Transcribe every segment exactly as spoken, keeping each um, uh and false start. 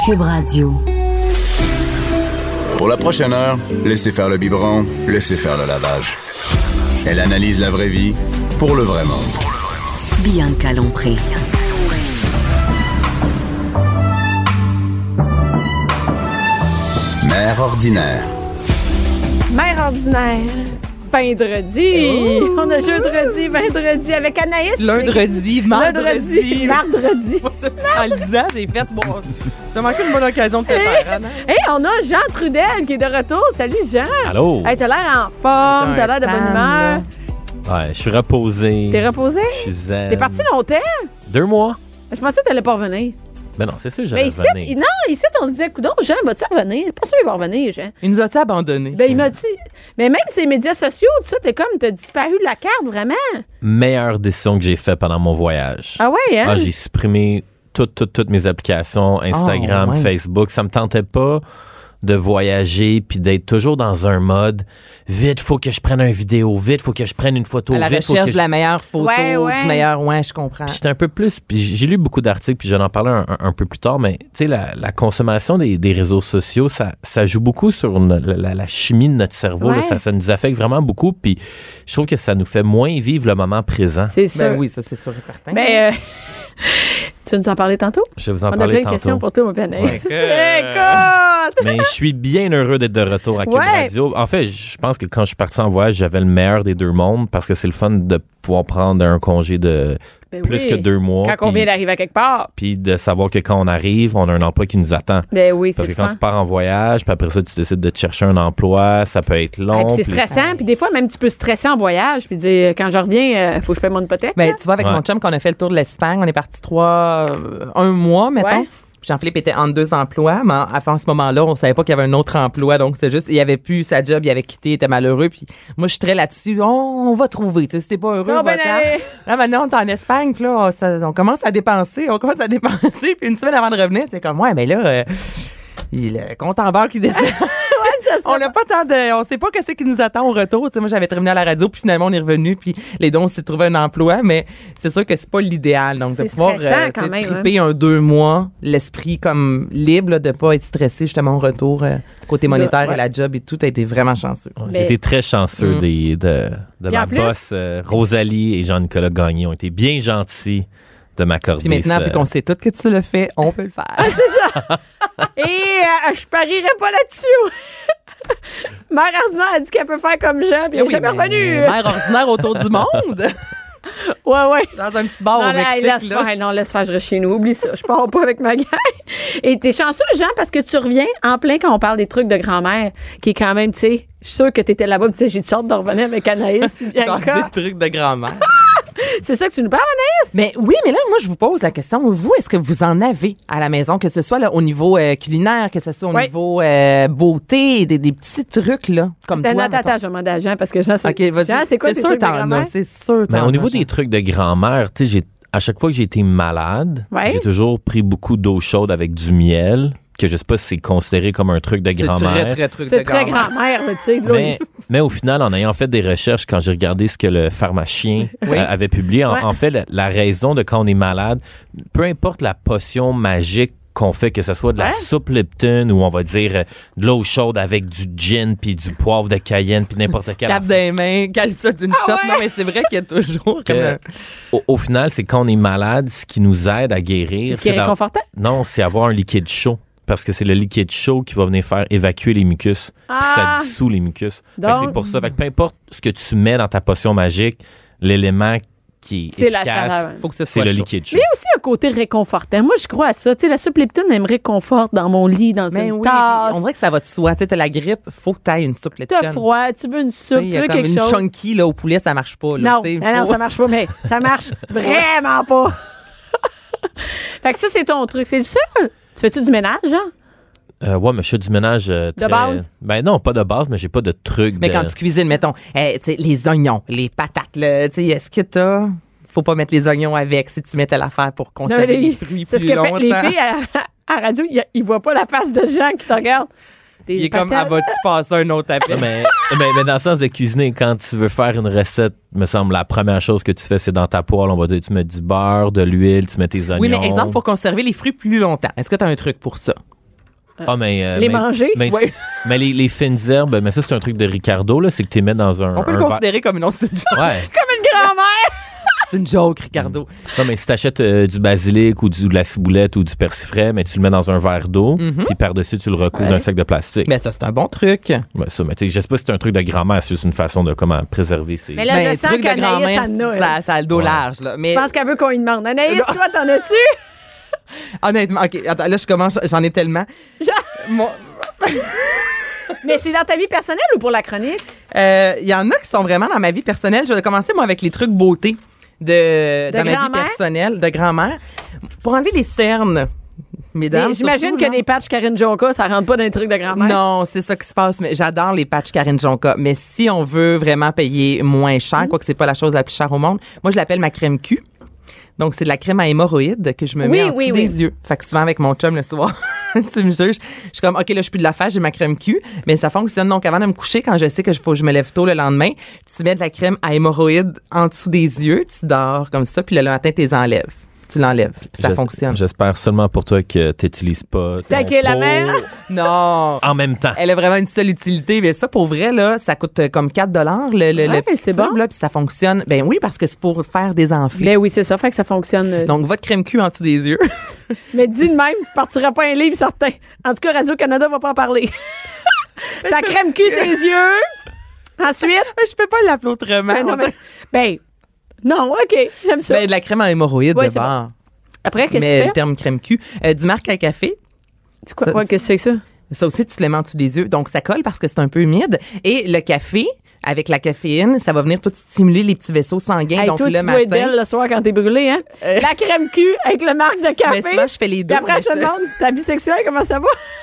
Cube Radio. Pour la prochaine heure, laissez faire le biberon, laissez faire le lavage. Elle analyse la vraie vie pour le vrai monde. Bianca Lompré. Mère ordinaire. Mère ordinaire. Vendredi. Oh. On a jeudi, vendredi avec Anaïs. Lundi, mardi. Mardi. En le disant, j'ai fait bon. T'as manqué une bonne occasion de te faire, Anna. Hé, hey, on a Jean Trudel qui est de retour. Salut, Jean. Allô. Hey, t'as l'air en forme, t'as l'air de bonne humeur. Ouais, je suis reposé. T'es reposé? Je suis zen. T'es parti longtemps? Deux mois. Je pensais que t'allais pas revenir. Ben non, c'est sûr que j'allais Mais ici, revenir. non, ici, on se disait, coudonc, Jean, vas-tu revenir? Pas sûr qu'il va revenir, Jean. Il nous a-tu abandonnés? Ben, il m'a dit. Mais même ces médias sociaux, tout ça, t'es comme, t'as disparu de la carte, vraiment. Meilleure décision que j'ai faite pendant mon voyage. Ah ouais, hein? Ah, j'ai supprimé toutes, toutes, toutes mes applications, Instagram, Oh, ouais. Facebook. Ça me tentait pas de voyager puis d'être toujours dans un mode vite, faut que je prenne une vidéo, vite, faut que je prenne une photo, À la vite, faut recherche que de je... la meilleure photo, Ouais, ouais. du meilleur... Ouais, je comprends. Puis j'étais un peu plus, puis j'ai lu beaucoup d'articles, puis je vais en parler un, un, un peu plus tard, mais tu sais, la, la consommation des, des réseaux sociaux, ça, ça joue beaucoup sur une- la, la, la chimie de notre cerveau, Ouais. là, ça, ça nous affecte vraiment beaucoup, puis je trouve que ça nous fait moins vivre le moment présent. C'est sûr. Ben oui, ça, c'est sûr et certain. Mais, euh, tu vas nous en parler tantôt? Je vais vous en On a parler plein de tantôt. questions pour toi, mon Anaïs. Ouais. Écoute! Mais je suis bien heureux d'être de retour à Cube Ouais. Radio. En fait, je pense que quand je suis parti en voyage, j'avais le meilleur des deux mondes parce que c'est le fun de pouvoir prendre un congé de Ben plus oui. que deux mois. Quand on puis- vient d'arriver à quelque part. Puis de savoir que quand on arrive, on a un emploi qui nous attend. Ben oui, c'est Parce que le quand fun. tu pars en voyage, puis après ça, tu décides de te chercher un emploi, ça peut être Ah, long. puis c'est puis- stressant, puis des fois, même, tu peux stresser en voyage, puis dire, quand je reviens, il faut que je paye mon hypothèque. Ben, là. tu vois, avec Ouais. mon chum, quand on a fait le tour de l'Espagne, on est parti trois, euh, un mois, mettons. Ouais. Puis Jean-Philippe était entre deux emplois, mais à à ce moment-là, on savait pas qu'il y avait un autre emploi, donc c'est juste, il avait plus sa job, il avait quitté, il était malheureux, puis moi, je suis très là-dessus, on, on va trouver, tu sais, si t'es pas heureux, Ça va bien va-t'en. aller. Là, maintenant, on est en Espagne, puis là, on, ça- on commence à dépenser, on commence à dépenser, puis une semaine avant de revenir, c'est comme, ouais, mais là, euh, il le compte en banque qui descend. On n'a pas tant de. On sait pas qu'est-ce qui nous attend au retour. Tu sais, moi, j'avais terminé à la radio, puis finalement, on est revenu, puis les dons, on s'est trouvé un emploi, mais c'est sûr que c'est pas l'idéal. Donc, de C'est pouvoir stressant, tu quand sais, même, triper un deux mois, l'esprit comme libre, là, de pas être stressé justement au retour, euh, côté monétaire ouais. et la job et tout, a été vraiment chanceux. J'ai Mais- été très chanceux Mm. des, de, de Puis en ma plus- boss, euh, Rosalie et Jean-Nicolas Gagné ont été bien gentils de m'accorder. Puis maintenant, ce- vu qu'on sait tout que tu le fais, on peut le faire. Et euh, je parierais pas là-dessus. Mère ordinaire a dit qu'elle peut faire comme Jean, puis elle Eh est oui, jamais mais revenue. Mère ordinaire autour du monde, Ouais, ouais. dans un petit bar Non, au là, Mexique. laisse là. faire, non, laisse faire, je reste chez nous. Oublie ça. Je pars pas avec ma gang. Et t'es chanceux, Jean, parce que tu reviens en plein quand on parle des trucs de grand-mère, qui est quand même, tu sais, je suis sûre que t'étais là-bas, tu sais, j'ai de sorte de revenir avec Anaïs, puis Genre Bianca. des trucs de grand-mère. C'est ça que tu nous parles, Anaïs? Mais oui, mais là, moi, je vous pose la question. Vous, est-ce que vous en avez à la maison, que ce soit là, au niveau euh, culinaire, que ce soit au Oui. niveau euh, beauté, des, des petits trucs, là, comme Attends, toi, attends, mettons. attends, je demande à Jean, parce que Jean, c'est... OK, vas-y. Jean, c'est quoi tes sûr trucs de t'en grand-mère? as, c'est sûr Mais t'en au niveau as, des Jean. trucs de grand-mère, tu sais, j'ai- à chaque fois que j'ai été malade, Ouais. j'ai toujours pris beaucoup d'eau chaude avec du miel, que je sais pas si c'est considéré comme un truc de C'est grand-mère. très, très truc C'est de très grand-mère. grand-mère, là, tu sais. de l'eau. Mais, mais au final, en ayant fait des recherches, quand j'ai regardé ce que le pharmacien Oui. euh, avait publié, en, Ouais. en fait, la, la raison de quand on est malade, peu importe la potion magique qu'on fait, que ce soit de la Ouais. soupe Lipton ou on va dire euh, de l'eau chaude avec du gin puis du poivre de Cayenne puis n'importe quel Tape des mains, cale ça d'une Ah shot. ouais? Non, mais c'est vrai qu'il y a toujours comme que, un- au, au final, c'est quand on est malade, ce qui nous aide à guérir. C'est ce qui est d'a- réconfortant. Non, c'est avoir un liquide chaud. Parce que c'est le liquide chaud qui va venir faire évacuer les mucus. Puis Ah! ça dissout les mucus. Fait que Donc- c'est pour ça. Fait que peu importe ce que tu mets dans ta potion magique, l'élément qui est, C'est la efficace, chaleur. faut que ce c'est soit le chaud. liquide chaud. Mais il y a aussi un côté réconfortant. Moi, je crois à ça. Tu sais, la soupe Lipton, elle me réconforte dans mon lit, dans Mais une oui, tasse. puis on dirait que ça va de soi. Tu sais, t'as la grippe, faut que t'ailles une soupe Lipton. T'as froid, tu veux une soupe, Il tu y a veux comme quelque une chose. chunky là, au poulet, ça marche pas. Là, Non, tu sais, non, non, faut- ça marche pas, mais ça marche vraiment pas. Fait que ça, c'est ton truc. C'est le seul. Tu fais-tu du ménage, Jean? Euh, ouais, mais je fais du ménage euh, De très- base? Ben non, pas de base, mais j'ai pas de truc. Mais de... quand tu cuisines, mettons, eh, tu sais, les oignons, les patates, là, tu sais, est-ce que t'as... Faut pas mettre les oignons avec si tu mettais l'affaire pour Non, conserver mais les les- fruits c'est plus ce que fait longtemps. les filles à, à radio, ils, ils voient pas la face de Jean qui te regarde. Des Il est comme, patates. ah, vas-tu passer un autre appel? mais, mais, mais dans le sens de cuisiner, quand tu veux faire une recette, me semble, la première chose que tu fais, c'est dans ta poêle, on va dire, tu mets du beurre, de l'huile, tu mets tes oignons. Oui, mais exemple, pour conserver les fruits plus longtemps, est-ce que tu as un truc pour ça? Ah, mais, euh, Les mais- manger? Mais, Oui. mais les, les fines herbes, mais ça, c'est un truc de Ricardo, là, c'est que tu les mets dans un. On peut un le verre- considérer comme une non, c'est une joke. Ouais. Comme une grand-mère! C'est une joke, Ricardo. Non, mais si t'achètes euh, du basilic ou du, de la ciboulette ou du persifrais, mais tu le mets dans un verre d'eau, Mhm. puis par-dessus, tu le recouvres Ouais. d'un sac de plastique. Mais ça, c'est un bon truc. Ouais, ça, mais tu sais, je sais pas si c'est un truc de grand-mère, c'est juste une façon de comment préserver ses. Mais là, Mais je sens truc de qu'Anaïs, grand-mère, ça en a, elle. ça, ça a le dos Ouais. large. Là. Mais Je pense qu'elle veut qu'on lui demande. Anaïs, Non. toi, t'en as-tu? honnêtement, OK, attends, là, je commence, j'en ai tellement. Mon- Mais c'est dans ta vie personnelle ou pour la chronique? Euh, Il y en a qui sont vraiment dans ma vie personnelle. Je vais commencer, moi, avec les trucs beauté de, De dans ma vie grand-mère? personnelle, de grand-mère. Pour enlever les cernes, mesdames. Mais J'imagine surtout, que là. les patchs Karine Jonka, ça rentre pas dans les trucs de grand-mère. Non, c'est ça qui se passe. Mais j'adore les patchs Karine Jonka. Mais si on veut vraiment payer moins cher, Mm. quoique c'est pas la chose la plus chère au monde, moi, je l'appelle ma crème Q. Donc, c'est de la crème à hémorroïdes que je me Oui, mets en oui, dessous oui. des yeux. Fait que souvent, avec mon chum le soir, tu me juges. Je suis comme, OK, là, je suis plus de la face, j'ai ma crème Q. Mais ça fonctionne. Donc, avant de me coucher, quand je sais que je faut que je me lève tôt le lendemain, tu mets de la crème à hémorroïdes en dessous des yeux, tu dors comme ça, puis le matin, tu les enlèves. Tu l'enlèves, puis ça Je- fonctionne. J'espère seulement pour toi que tu n'utilises pas. C'est ton qui est la pot mère? Non! En même temps. Elle a vraiment une seule utilité. Mais ça, pour vrai, là, ça coûte euh, comme quatre dollars le, le, Ouais, le petit c'est tube, bon. là, puis ça fonctionne. Ben oui, parce que c'est pour faire des enflés. Ben oui, c'est ça, fait que ça fonctionne. euh. Donc, votre crème cul en dessous des yeux. Mais dis de même, tu partiras pas un livre certain. En tout cas, Radio-Canada va pas en parler. Ta crème cul sur les yeux. Ensuite. Je peux pas l'appeler autrement. Ben non, On mais- dirait- ben, non, OK, j'aime ça. Ben, de la crème à hémorroïdes Ouais, de c'est bord. Après, qu'est-ce que Mais tu le fais? terme crème cul. Euh, du marc à café. Tu quoi, ça- ouais, qu'est-ce que tu fais avec ça? Ça aussi, tu te le mets en dessous des yeux. Donc, ça colle parce que c'est un peu humide. Et le café, avec la caféine, ça va venir tout stimuler les petits vaisseaux sanguins. Hey, Donc, toi, le tu dois matin. être belle le soir quand t'es brûlé, hein? Euh. La crème cul avec le marque de café. Mais souvent, je fais les deux. Puis après, mais ça je- demande ta vie sexuelle, comment ça va?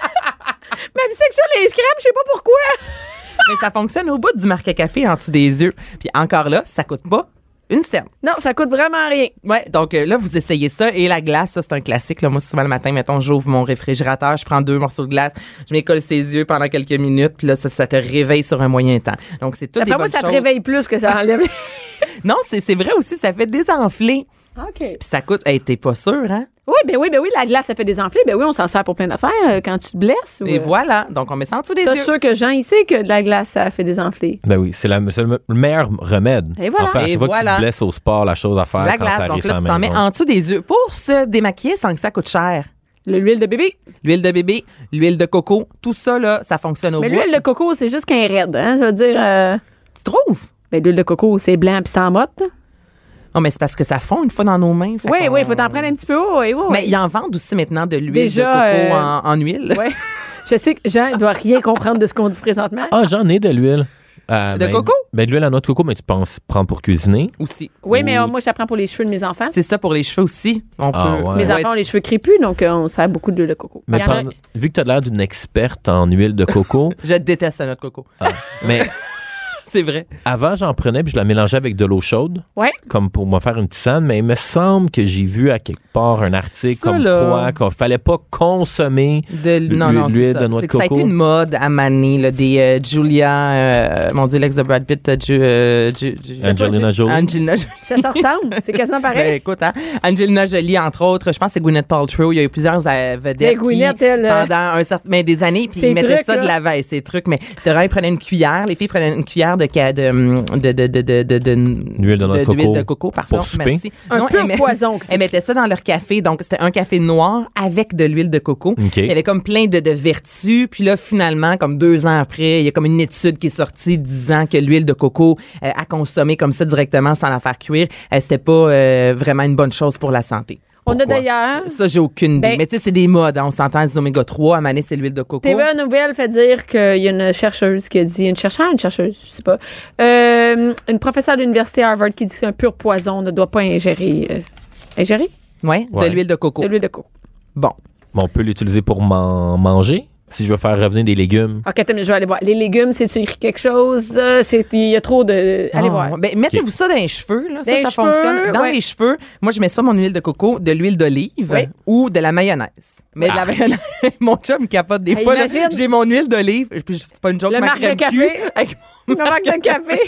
Ma vie sexuelle est scrap, je sais pas pourquoi. Mais ça fonctionne au bout du marc à café en dessous des yeux. Puis encore là, ça coûte pas une scène. Non, ça coûte vraiment rien. Ouais, donc euh, là, vous essayez ça. Et la glace, ça, c'est un classique. Là. Moi, souvent, le matin, mettons, j'ouvre mon réfrigérateur, je prends deux morceaux de glace, je m'écolle ses yeux pendant quelques minutes, puis là, ça, ça te réveille sur un moyen temps. Donc, c'est tout des Après moi, bonnes ça te choses. réveille plus que ça enlève. Non, c'est c'est vrai aussi, ça fait désenfler. OK. Puis ça coûte... Hey, t'es pas sûr, hein? Oui, ben oui, ben oui, la glace, ça fait des enflés. Ben oui, on s'en sert pour plein d'affaires euh, quand tu te blesses. Ou, Et euh, voilà. Donc, on met ça en dessous des ça, je yeux. suis sûr que Jean, il sait que de la glace, ça fait des enflés. Ben oui, c'est, la, c'est le le meilleur remède. Et voilà. Enfin, à Et chaque fois que tu voilà. te blesses au sport, la chose à faire La quand glace. t'arrives Donc là, à tu la t'en mets maison. en dessous des yeux pour se démaquiller sans que ça coûte cher. Le- L'huile de bébé. L'huile de bébé, l'huile de coco, tout ça, là, ça fonctionne au Mais bout. l'huile de coco, c'est juste qu'un raide, hein? Ça veut dire. euh, Tu trouves? Ben, l'huile de coco, c'est blanc puis c'est en motte. Non, mais c'est parce que ça fond une fois dans nos mains. fait Oui, qu'on- oui, il faut t'en prendre un petit peu. Oui, oui, Mais ils en vendent aussi maintenant de l'huile Déjà, de coco euh, en, en huile. Ouais. Je sais que Jean ne doit rien comprendre de ce qu'on dit présentement. Ah, j'en ai de l'huile. Euh, De ben, coco? Ben, de l'huile à noix de coco, mais tu penses prendre pour cuisiner. Aussi. Oui, mais Ou- euh, moi, j'apprends pour les cheveux de mes enfants. C'est ça pour les cheveux aussi. On Ah, peut. ouais. Mes Ouais, enfants ont les cheveux crépus, donc euh, on sert beaucoup d'huile de coco. Mais Il y en a- pendant- vu que tu as l'air d'une experte en huile de coco, Je déteste la noix de coco. ah, mais C'est vrai. avant, j'en prenais puis je la mélangeais avec de l'eau chaude, Ouais. comme pour me faire une tisane, mais il me semble que j'ai vu à quelque part un article Ça, comme là. quoi qu'il fallait pas consommer De, non, non, l'huile c'est ça. de noix C'est de que ça a coco. été une mode à Mané, là, des euh, Julia, euh, mon Dieu, l'ex de Brad Pitt, euh, Ju- euh, Ju- Ju- Angelina Jolie. Angelina Jolie. Ça se ressemble. C'est quasiment Ben, pareil. écoute, hein, Angelina Jolie, entre autres, je pense que c'est Gwyneth Paltrow. Il y a eu plusieurs euh, vedettes Mais Gwyneth, qui, elle, euh, pendant un certain, mais des années, puis ces ils mettaient trucs, ça de là. l'avant, et ces trucs. Mais c'était vraiment, ils prenaient une cuillère. Les filles prenaient une cuillère de ca- de de de de de de, de, L'huile de noix de coco. d'huile de coco, pardon, Pour souper. merci. Un Non, peu elles met- poison. que c'est. Elles mettaient ça dans leur café. Donc, c'était un café noir avec de l'huile de coco. OK. Il y avait comme plein de, de vertus. Puis là, finalement, comme deux ans après, il y a comme une étude qui est sortie disant que l'huile de coco euh, à consommer comme ça directement sans la faire cuire, euh, c'était pas euh, vraiment une bonne chose pour la santé. On a Pourquoi? d'ailleurs. Ça, j'ai aucune idée. Ben- Mais tu sais, c'est des modes. Hein. On s'entend, les oméga trois. À Mané, c'est l'huile de coco. T V A Nouvelle fait dire qu'il y a une chercheuse qui a dit, une chercheuse, une chercheuse, je sais pas, euh, une professeure de l'université Harvard qui dit que c'est un pur poison, on ne doit pas ingérer. euh, ingérer Ouais, de Ouais. l'huile de coco. de l'huile de coco. Bon. Mais on peut l'utiliser pour m'en manger si je veux faire revenir des légumes. Ok, attends, je vais aller voir. Les légumes, c'est-tu écrit quelque chose? Euh, c'est- Il y a trop de. Allez Ah, voir. Ben, mettez-vous ça dans les cheveux, là. Ça, Dans les ça cheveux, fonctionne. Dans ouais. les cheveux, moi, je mets ça, mon huile de coco, de l'huile d'olive Oui. ou de la mayonnaise. Mais de la mayonnaise, mon chum capote des Hey, fois. là, imagine. J'ai mon huile d'olive, puis c'est pas une joke, Le ma marque de crème café. cul avec mon Une marque de café.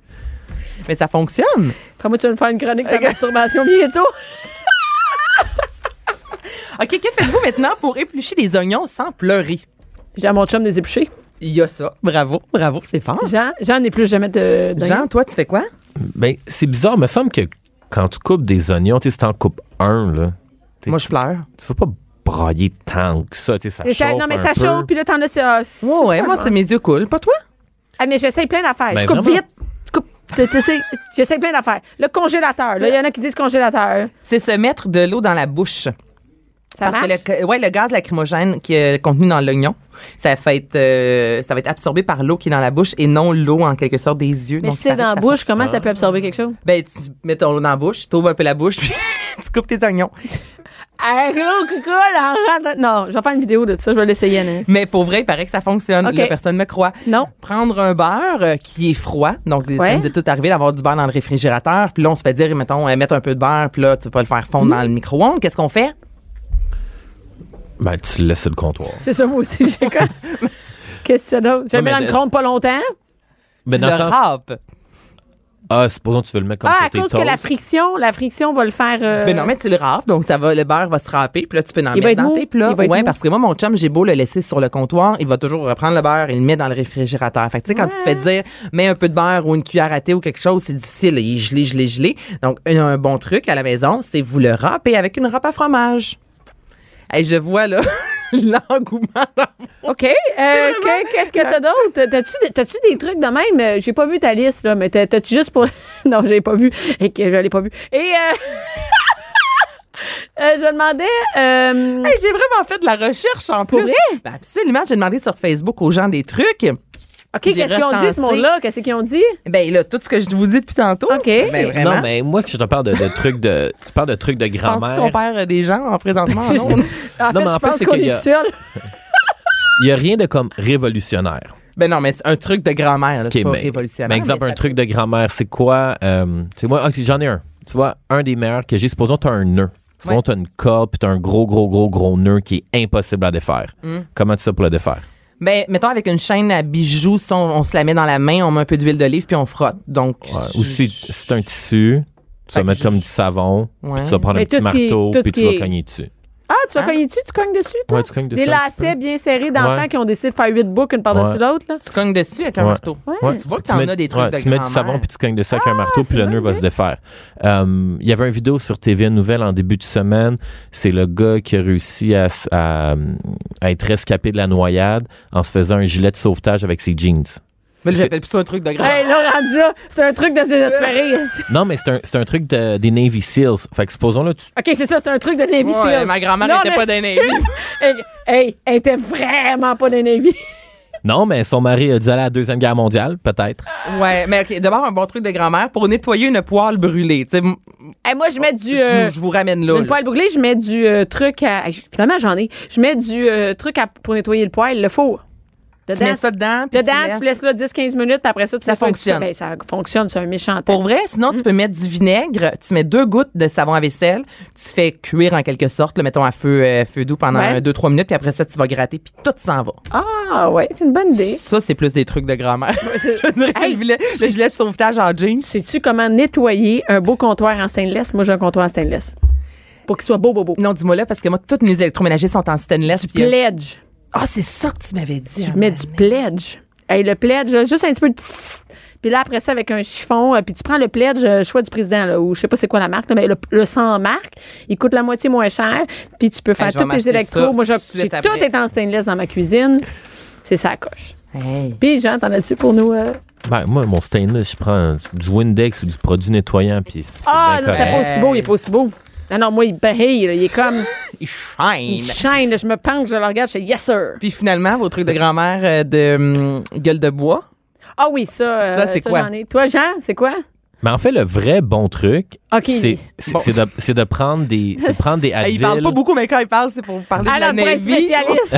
Mais ça fonctionne. Après moi, tu vas me faire une chronique sur la masturbation bientôt. OK, que faites-vous maintenant pour éplucher des oignons sans pleurer? J'ai à mon chum des épluchés. Il y a ça. Bravo, bravo, c'est fort. Jean, Jean n'est plus jamais de. de Jean, toi, tu fais quoi? Ben, c'est bizarre, il me semble que quand tu coupes des oignons, tu sais, si t'en coupes un, là. Moi, je pleure. Tu vas pas brailler tant que ça, tu sais, ça Et ça- chauffe non, mais un ça peu. chauffe, puis là, t'en as. c'est- ah, c'est Ouais, ouais, pas moi, le c'est fun. mes yeux coulent. Pas toi? Ah, mais j'essaye plein d'affaires. Ben, je coupe vraiment? vite. Je coupe. t- t'essayes- J'essaye plein d'affaires. Le congélateur. Là, il y en a qui disent congélateur. C'est se mettre de l'eau dans la bouche. Ça Parce marche? que le, ouais, le gaz lacrymogène qui est contenu dans l'oignon, ça, fait être, euh, ça va être absorbé par l'eau qui est dans la bouche et non l'eau, en quelque sorte, des yeux. Mais Donc, si c'est il paraît dans la que ça bouche, comment ça peut absorber quelque chose? fait- Ben, tu mets ton eau dans la bouche, tu ouvres un peu la bouche, puis tu coupes tes oignons. Ah, cool, arrête. Non, je vais faire une vidéo de ça. Je vais l'essayer, Anaïs. Mais pour vrai, il paraît que ça fonctionne. OK. La personne me croit. Non. Prendre un beurre euh, qui est froid. Donc, des- Ouais. ça nous est tout arrivé d'avoir du beurre dans le réfrigérateur. Puis là, on se fait dire, mettons, euh, mettre un peu de beurre, puis là, tu vas pas le faire fondre dans le micro-ondes. Qu'est-ce qu'on fait? Ben, tu le laisses sur le comptoir. C'est ça, moi aussi. J'ai quoi? Qu'est-ce que c'est d'autre? Je le Non, mets mais dans le le- micro-ondes pas longtemps. Mais Tu dans le le sens. râpes. Ah, supposons que tu veux le mettre comme Ah, sur à tes cause toasts. que la friction, la friction va le faire. euh, Ben non, mais tu le râpes, donc ça va, le beurre va se râper, puis là, tu peux en Il va mettre être dans mou. tes plats. Il va être Ouais, mou. parce que moi, mon chum, j'ai beau le laisser sur le comptoir, il va toujours reprendre le beurre et le met dans le réfrigérateur. Fait que, tu sais, quand tu te fais dire, mets un peu de beurre ou une cuillère à thé ou quelque chose, c'est difficile. Il est gelé, gelé, gelé. Donc, un, un bon truc à la maison, c'est vous le râpez avec une râpe à fromage. Hey, je vois, là, l'engouement dans OK. Euh, que- Qu'est-ce que t'as d'autre? T'as-tu, des- t'as-tu des trucs de même? Euh, J'ai pas vu ta liste, là, mais t'as- t'as-tu juste pour. Non, je l'ai pas vu. Et que je l'ai pas vu. Et. Euh... euh, je me demandais. euh, Hey, j'ai vraiment fait de la recherche en Pour plus. vrai? Ben absolument, j'ai demandé sur Facebook aux gens des trucs. OK, j'ai qu'est-ce qu'ils ont dit, recensé. ce monde-là? Qu'est-ce qu'ils ont dit? Ben là, tout ce que je vous dis depuis tantôt. OK. Ben vraiment. Non, mais moi, que je te parle de, de trucs de. Tu parles de trucs de Penses-tu grand-mère. qu'on perd euh, des gens en présentement en ondes? En Non, fait, mais en je fait, pense c'est qu'on qu'il y est a- tout seul. Il n'y a rien de comme révolutionnaire. Ben non, mais c'est un truc de grand-mère, là, c'est OK, pas mais, révolutionnaire. mais exemple, mais un ça truc de grand-mère, c'est quoi? Euh, tu sais, moi, ok, j'en ai un. Tu vois, un des meilleurs que j'ai, supposons que tu as un nœud. Supposons Ouais. que tu as une corde puis tu as un gros, gros, gros, gros nœud qui est impossible à défaire. Mm. Comment tu sais pour le défaire? Ben, mettons, avec une chaîne à bijoux, si on, on se la met dans la main, on met un peu d'huile d'olive puis on frotte. Donc, Ouais. Ou si si c'est un tissu, tu Fait vas que mettre je- comme du savon, Ouais. puis tu vas prendre Mais un petit tout ce qui est- marteau, tout puis ce tu qui vas est- cogner dessus. Ah, tu vas Hein? cogner dessus? Tu cognes dessus, toi? Ouais, tu cognes dessus. Des un petit lacets peu. bien serrés d'enfants Ouais. qui ont décidé de faire huit boucles une par-dessus Ouais. l'autre, là. tu cognes dessus avec un Ouais. marteau. Ouais. Tu vois que Tu t'en mets- as des trucs ouais, de tu mets du grand-mère. savon puis tu cognes dessus avec un marteau, puis le c'est nœud vrai. va se défaire. Euh, Il y avait une vidéo sur T V Nouvelle en début de semaine. C'est le gars qui a réussi à, s- à, à être rescapé de la noyade en se faisant un gilet de sauvetage avec ses jeans. Mais là, j'appelle plus ça un truc de grand. Hey, là, rendu là, c'est un truc de désespéré. Non, mais c'est un, c'est un truc de- des Navy Seals. Fait que supposons là, tu, OK, c'est ça, c'est un truc de Navy Ouais, Seals. ma grand-mère Non, n'était mais- pas d'un Navy. Hey, hey, elle était vraiment pas des Navy. non, mais son mari a dû aller à la Deuxième Guerre mondiale, peut-être. Ouais, mais OK, d'abord, un bon truc de grand-mère pour nettoyer une poêle brûlée. Tu sais, m- Hey, moi, je mets du. je, euh, je vous ramène là. Une là. poêle brûlée, je mets du euh, truc à. hey, finalement, j'en ai. Je mets du euh, truc à- pour nettoyer le poêle, le four. Tu mets ça dedans, puis Dedans, tu tu laisses. laisses là dix quinze minutes, puis après ça, tu Ça fais pas fonctionne. Ça. Ben, ça fonctionne, c'est un méchant temps. Pour vrai, sinon, tu peux mettre du vinaigre, tu mets deux gouttes de savon à vaisselle, tu fais cuire en quelque sorte, là, mettons à feu, euh, feu doux pendant Ouais. deux trois minutes, puis après ça, tu vas gratter, puis tout s'en va. Ah, ouais, c'est une bonne idée. Ça, c'est plus des trucs de grand-mère. c'est- Je dirais Hey, le, gilet, le c'est- gilet de sauvetage en jeans. Sais-tu comment nettoyer un beau comptoir en stainless? Moi, j'ai un comptoir en stainless. Pour qu'il soit beau, beau, beau. Non, dis-moi là, parce que moi, tous mes électroménagers sont en stainless. puis, euh, Pledge. Ah, c'est ça que tu m'avais dit. Tu un mets moment du donné. pledge. Hey, le pledge, là, juste un petit peu de tss. Puis là, après ça, avec un chiffon, euh, puis tu prends le pledge, euh, choix du président, là, ou je sais pas c'est quoi la marque, là, mais le, le sans marque, il coûte la moitié moins cher, puis tu peux faire Hey, je vais tous tes m'acheter électros. ça Moi, j'ai tout de suite j'ai après. tout est en stainless dans ma cuisine. C'est ça, coche. Hey. Puis, Jean, t'en as-tu pour nous? euh? Ben, moi, mon stainless, je prends du Windex ou du produit nettoyant, puis c'est Ah, bien non, c'est correct. pas aussi beau, il est pas aussi beau. Non, non, moi, il brille, là, il est comme. Il Il shine. shine, là, je me penche, je le regarde, je fais yes, sir. Puis finalement, vos trucs de grand-mère euh, de hum, gueule de bois. Ah oui, ça, euh, Ça, c'est quoi? j'en ai. Toi, Jean, c'est quoi? Mais en fait, le vrai bon truc, OK. c'est c'est- Bon. c'est de, c'est de prendre des, c'est de prendre des Hey, Advil. il parle pas beaucoup, mais quand il parle, c'est pour parler de la Alors, pour être Navy. spécialiste.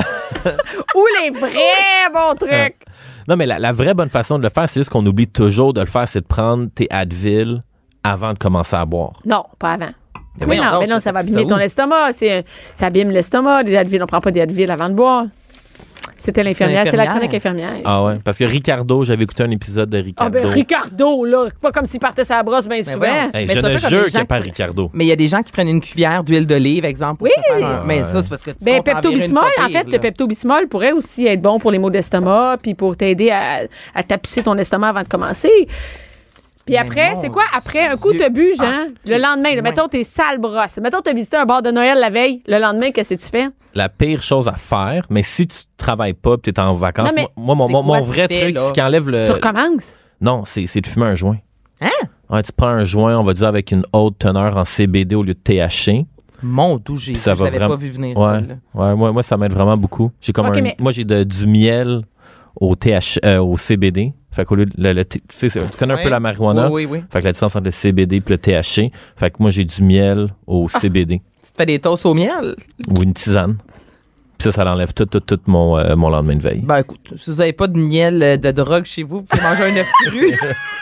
Ou les vrais bons trucs. Non, mais la, la vraie bonne façon de le faire, c'est juste qu'on oublie toujours de le faire, c'est de prendre tes Advil avant de commencer à boire. Non, pas avant. Mais Oui, voyons non, donc, mais non, ça va ça abîmer où? ton estomac. C'est, ça abîme l'estomac, les Advil. On prend pas des Advil avant de boire. C'était l'infirmière. C'est la chronique infirmière. Ah ouais, parce que Ricardo, j'avais écouté un épisode de Ricardo. Ah ben Ricardo, là, pas comme s'il partait sa brosse bien souvent. Hey, Mais je c'est un ne peu comme jure les qu'il n'y a gens pas qui- Ricardo. Mais il y a des gens qui prennent une cuillère d'huile d'olive, exemple. Pour Oui. se faire un- Mais ça, c'est parce que tu Ben, comptes en virer une Pepto-Bismol, pas en pire, fait, là. le Pepto-Bismol pourrait aussi être bon pour les maux d'estomac puis pour t'aider à, à tapisser ton estomac avant de commencer. Puis Mais après, mon c'est quoi? Après, un coup, Dieu. t'as bu, Jean, Ah, le lendemain, là, ouais. mettons, t'es sale brosse. Mettons, t'as visité un bar de Noël la veille. Le lendemain, qu'est-ce que tu fais? La pire chose à faire, mais si tu travailles pas et tu es en vacances, Non, mais moi, mon, c'est mon, quoi mon tu vrai fais, truc, là? c'est qui enlève le. tu recommences? Non, c'est c'est de fumer un joint. Hein? Ouais, tu prends un joint, on va dire avec une haute teneur en C B D au lieu de T H C. Mon doux, j'ai Puis ça je va l'avais vraiment- pas vu venir. Ouais, celle-là. ouais moi, moi, ça m'aide vraiment beaucoup. J'ai comme Ok, un, mais- Moi, j'ai de- du miel au, T H, euh, au C B D. Fait qu'au lieu de. Le, le T- tu sais, c'est- tu connais un Ouais. peu la marijuana? Oui, oui, oui. Fait que la différence entre le C B D et le T H C. Fait que moi, j'ai du miel au C B D Tu te fais des toasts au miel? ou une tisane. Puis ça, ça l'enlève tout, tout, tout mon, euh, mon lendemain de veille. Ben écoute, si vous n'avez pas de miel euh, de drogue chez vous, vous pouvez manger un œuf cru.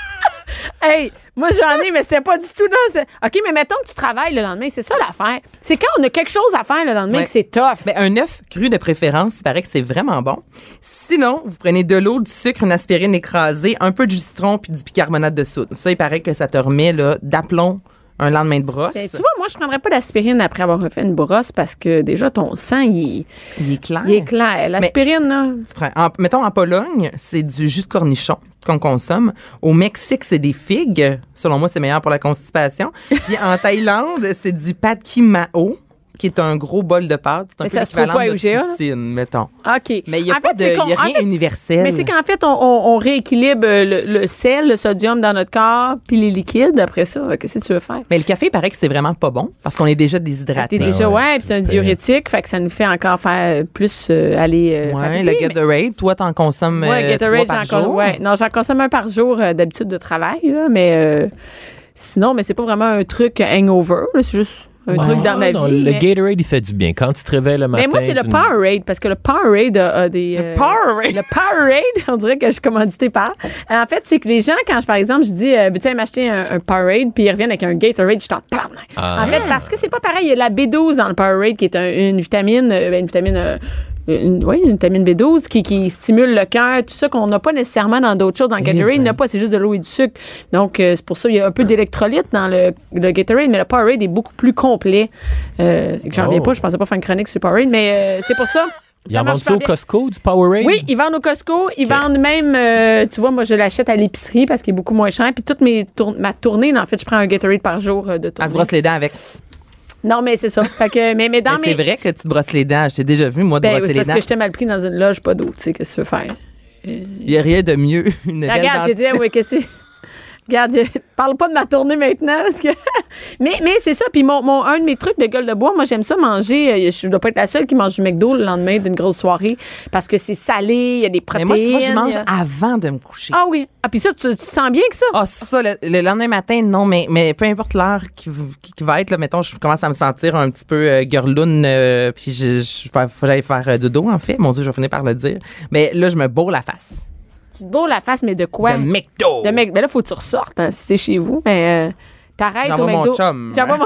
Hey, moi j'en ai, mais c'est pas du tout dans ce... OK, mais mettons que tu travailles le lendemain, c'est ça l'affaire. C'est quand on a quelque chose à faire le lendemain Ouais. que c'est tough. Ben, un œuf cru de préférence, il paraît que c'est vraiment bon. Sinon, vous prenez de l'eau, du sucre, une aspirine écrasée, un peu de jus de citron puis du bicarbonate de soude. Ça, il paraît que ça te remet là, d'aplomb un lendemain de brosse. Ben, tu vois, moi, je prendrais pas d'aspirine après avoir fait une brosse parce que déjà, ton sang, il, il est clair. il est clair. L'aspirine, là... Tu prends- en- mettons, en Pologne, c'est du jus de cornichon qu'on consomme. Au Mexique, c'est des figues. Selon moi, c'est meilleur pour la constipation. Puis en Thaïlande, c'est du pad ki mao, qui est un gros bol de pâte. C'est un Mais peu ça se trouve l'équivalent pas de au I G A, là? poutine, mettons. OK. Mais il n'y a, En pas fait, de, c'est il y a qu'on- en rien fait, universel. Mais c'est qu'en fait, on, on- on rééquilibre le, le sel, le sodium dans notre corps, puis les liquides. Après ça, qu'est-ce que tu veux faire? Mais le café, il paraît que c'est vraiment pas bon parce qu'on est déjà T'es déshydraté. déjà, ouais, ouais, puis c'est un c'est- diurétique, fait que ça nous fait encore faire plus euh, aller. euh, Ouais, fatiguer, le mais- Gatorade, toi, t'en consommes Ouais, euh, Gatorade, trois par j'en con- jour. ouais. Non, j'en consomme un par jour euh, d'habitude de travail, là, mais euh, sinon, mais c'est pas vraiment un truc hangover, là, c'est juste un truc dans ma non, vie. Le mais... Gatorade, il fait du bien. Quand tu te réveilles le matin. mais moi, c'est le tu- Powerade, parce que le Powerade a, a des... euh, Powerade? Le Powerade, on dirait que je suis commandité par. En fait, c'est que les gens, quand je, par exemple, je dis, euh, veux-tu aller m'acheter un, un Powerade, puis ils reviennent avec un Gatorade, je suis en tabarnak. Ah. En fait, parce que c'est pas pareil, il y a la B douze dans le Powerade, qui est un- une vitamine, euh, ben, une vitamine... euh, une, oui, une vitamine B douze qui, qui stimule le cœur, tout ça qu'on n'a pas nécessairement dans d'autres choses. Dans le Eh Gatorade, il n'y ben. en a pas, c'est juste de l'eau et du sucre. Donc, euh, c'est pour ça qu'il y a un peu d'électrolyte dans le, le Gatorade, mais le Powerade est beaucoup plus complet. Euh, J'en reviens Oh. pas, je pensais pas faire une chronique sur le Powerade, mais euh, c'est pour ça. Ils Ça en marche vendent ça au super bien. Costco, du Powerade? Oui, ils vendent au Costco. Ils Ok. vendent même, euh, tu vois, moi, je l'achète à l'épicerie parce qu'il est beaucoup moins cher. Puis toute mes tour- ma tournée, en fait, je prends un Gatorade par jour euh, de tournée. Elle se brosse les dents avec. Non, mais c'est ça. Fait que, mais, mais dans Mais mes... c'est vrai que tu te brosses les dents. Je t'ai déjà vu, moi, de Ben, oui, brosser c'est les parce dents. que j'étais mal pris dans une loge, pas d'eau. Tu sais, qu'est-ce que tu veux faire? Il n'y a rien de mieux. Une belle Regarde, j'ai dit, dentiste. oui, qu'est-ce que c'est? Regarde, euh, parle pas de ma tournée maintenant. Parce que mais mais c'est ça. Puis mon, mon, un de mes trucs de gueule de bois, moi, j'aime ça manger. euh, Je dois pas être la seule qui mange du McDo le lendemain d'une grosse soirée parce que c'est salé, il y a des Mais protéines. moi, tu vois, je il y mange a- avant de me coucher. Ah oui. Ah, puis ça, tu, tu te sens bien que ça? Ah, ça, le, le lendemain matin, non, mais, mais peu importe l'heure qui, qui, qui va être, là, mettons, je commence à me sentir un petit peu euh, girloune, euh, puis je, je, faut faut que j'aille faire euh, dodo, en fait. Mon Dieu, je vais finir par le dire. Mais là, je me bourre la face. Tu te bourres la face, mais de quoi? De McDo! De mec. Ben là, faut que tu ressortes hein, si t'es chez vous. Mais euh, t'arrêtes au J'envoie mon McDo. chum. J'envoie mon...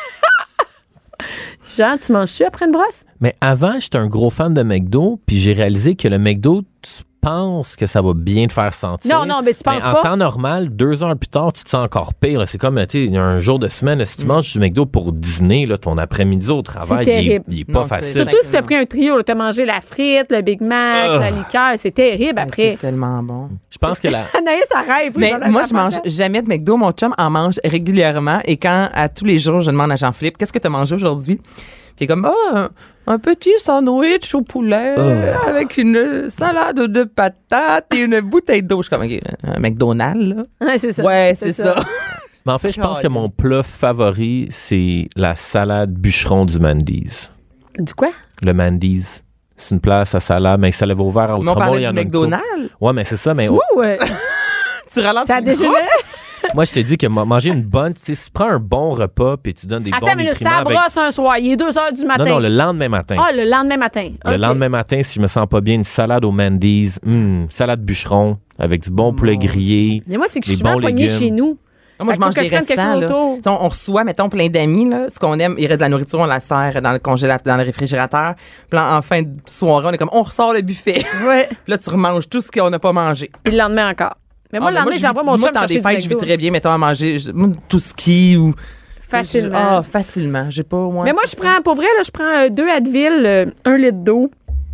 Jean, tu manges-tu après une brosse? Mais avant, j'étais un gros fan de McDo, puis j'ai réalisé que le McDo, tu penses que ça va bien te faire sentir. Non, non, mais tu penses en pas. temps normal, deux heures plus tard, tu te sens encore pire. là. C'est comme, tu sais, un jour de semaine, là, si tu manges du McDo pour dîner, là, ton après-midi au travail, C'est il est, terrible. il est pas Non, c'est- facile. Surtout si t'as pris un trio, là, t'as mangé la frite, le Big Mac, Ah. la liqueur, c'est terrible Mais après. C'est tellement bon. Je pense que la... Anaïs, ça rêve. oui, Mais dans la moi, je affaire. mange jamais de McDo. Mon chum en mange régulièrement. Et quand, à tous les jours, je demande à Jean-Philippe, qu'est-ce que tu as mangé aujourd'hui? Puis il est comme, ah, un, un petit sandwich au poulet Oh. avec une salade de patates et une bouteille d'eau. Je suis comme, OK, un McDonald's, là. Ouais, c'est ça. Ouais, c'est ça. Mais en fait, je pense Oh, que mon plat favori, c'est la salade bûcheron du Mandy's. Du quoi? Le Mandy's. C'est une place à salade, mais ça l'avait ouvert à Mais on Outremont. parlait il y en du a une couple. McDonald's. Ouais, mais c'est ça. Mais Ouh, ouais. Tu ralentis Ça a le déjeuné? groupe? moi, je te dis que ma- manger une bonne, tu sais, si tu prends un bon repas puis tu donnes des Attends, bons mais nutriments ça avec... brosse un soir. Il est deux heures du matin. Non, non, le lendemain matin. Ah, le lendemain matin. Le Ok. lendemain matin, si je me sens pas bien, une salade au Mandy's, hum, salade bûcheron avec du bon poulet grillé. Mais moi, c'est que je des suis souvent bons poignée légumes. chez nous. Ah, moi, Fait je mange que faut des que je prenne quelque restants. chose Là. autour. Tu sais, On, on reçoit, mettons, plein d'amis. Là, ce qu'on aime, il reste de la nourriture, on la sert dans le congélateur, dans le réfrigérateur. Puis là, en fin de soirée, on est comme, on ressort le buffet. Ouais. Puis là, tu remanges tout ce qu'on n'a pas mangé. Puis le lendemain encore. Mais moi, Ah, le mais lendemain, je j'envoie vis- mon moi, chum dans chercher des du fêtes, je vis McDo. très bien, mettons, à manger je- moi, tout ski ou... Facilement. Ah, facilement. J'ai pas... ouais, Mais moi, c'est je ça. prends, pour vrai, là, je prends euh, deux Advil, euh, un litre d'eau,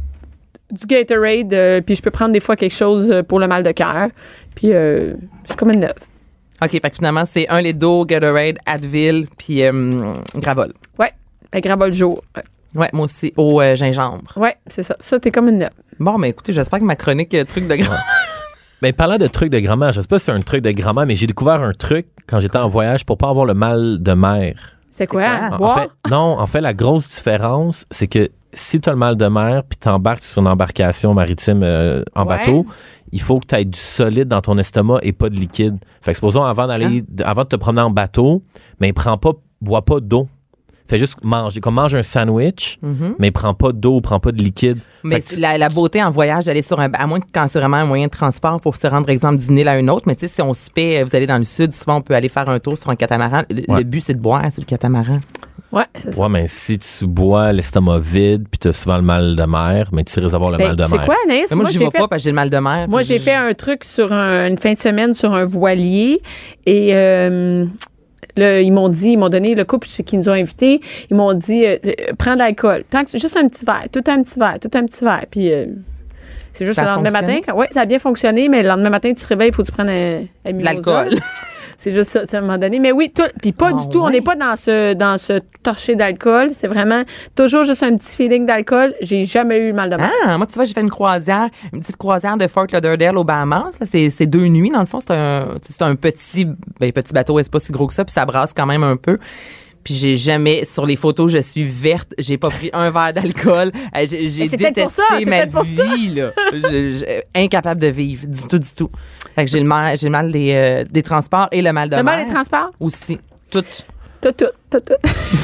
du Gatorade, euh, puis je peux prendre des fois quelque chose euh, pour le mal de cœur. Puis euh, je suis comme une neuve. OK, fait que finalement, c'est un litre d'eau, Gatorade, Advil, puis euh, Gravol. Ouais, avec Gravol jour. Ouais, Ouais, moi aussi, au euh, gingembre. ouais, c'est ça. Ça, t'es comme une neuve. Bon, mais écoutez, j'espère que ma chronique euh, truc de grand... Ben, parlant de trucs de grand-mère, je sais pas si c'est un truc de grand-mère, mais j'ai découvert un truc quand j'étais en voyage pour pas avoir le mal de mer. C'est quoi? quoi? En- En Boire? fait, non, en fait, la grosse différence, c'est que si tu as le mal de mer puis t'embarques sur une embarcation maritime euh, en Ouais. bateau, il faut que tu aies du solide dans ton estomac et pas de liquide. Fait que supposons avant d'aller, de- avant de te promener en bateau, mais prends pas, bois pas d'eau. Fais juste manger, comme mange un sandwich, mais prends pas d'eau, prends pas de liquide. Mais Fait que c'est tu- la, la beauté en voyage d'aller sur un... À moins que quand c'est vraiment un moyen de transport pour se rendre, par exemple, d'une île à une autre. Mais tu sais, si on se fait... Vous allez dans le sud, souvent, on peut aller faire un tour sur un catamaran. Le, Ouais. le but, c'est de boire sur le catamaran. Ouais, c'est ça. Ouais, mais si tu bois l'estomac vide puis tu as souvent le mal de mer, mais tu risques d'avoir le Ben, mal de tu sais mer. quoi, Anaïs? Mais moi, Moi, j'y j'ai vais fait, pas parce que j'ai le mal de mer. moi, puis j'ai je- fait un truc sur un- une fin de semaine sur un voilier et euh, là, ils m'ont dit, ils m'ont donné, le couple qui nous ont invités, ils m'ont dit, euh, euh, prends de l'alcool. Tant que c'est juste un petit verre, tout un petit verre, tout un petit verre. Puis euh, c'est juste Ça le a lendemain fonctionné? matin. Oui, ça a bien fonctionné, mais le lendemain matin, tu te réveilles, il faut que tu prennes un, un De mimosa. l'alcool. C'est juste ça, tu sais, à un moment donné. Mais oui, tout, puis pas Ah, du tout. On ouais. n'est pas dans ce, dans ce torché d'alcool. C'est vraiment toujours juste un petit feeling d'alcool. J'ai jamais eu mal de mer. Ah, moi, tu vois, j'ai fait une croisière, une petite croisière de Fort Lauderdale aux Bahamas. Là, c'est, c'est deux nuits, dans le fond. C'est un, c'est un petit, ben, petit bateau, ouais, c'est pas si gros que ça, puis ça brasse quand même un peu. Puis j'ai jamais, sur les photos, je suis verte. J'ai pas pris un verre d'alcool. Euh, J'ai, j'ai Mais c'est peut-être pour détesté ça, c'est ma peut-être pour ça. vie, là. Je- je- incapable de vivre, du tout, du tout. Fait que j'ai le mal, j'ai le mal des, euh, des transports et le mal de Le mer. mal des transports? Aussi. Tout. Tout, tout, tout, tout.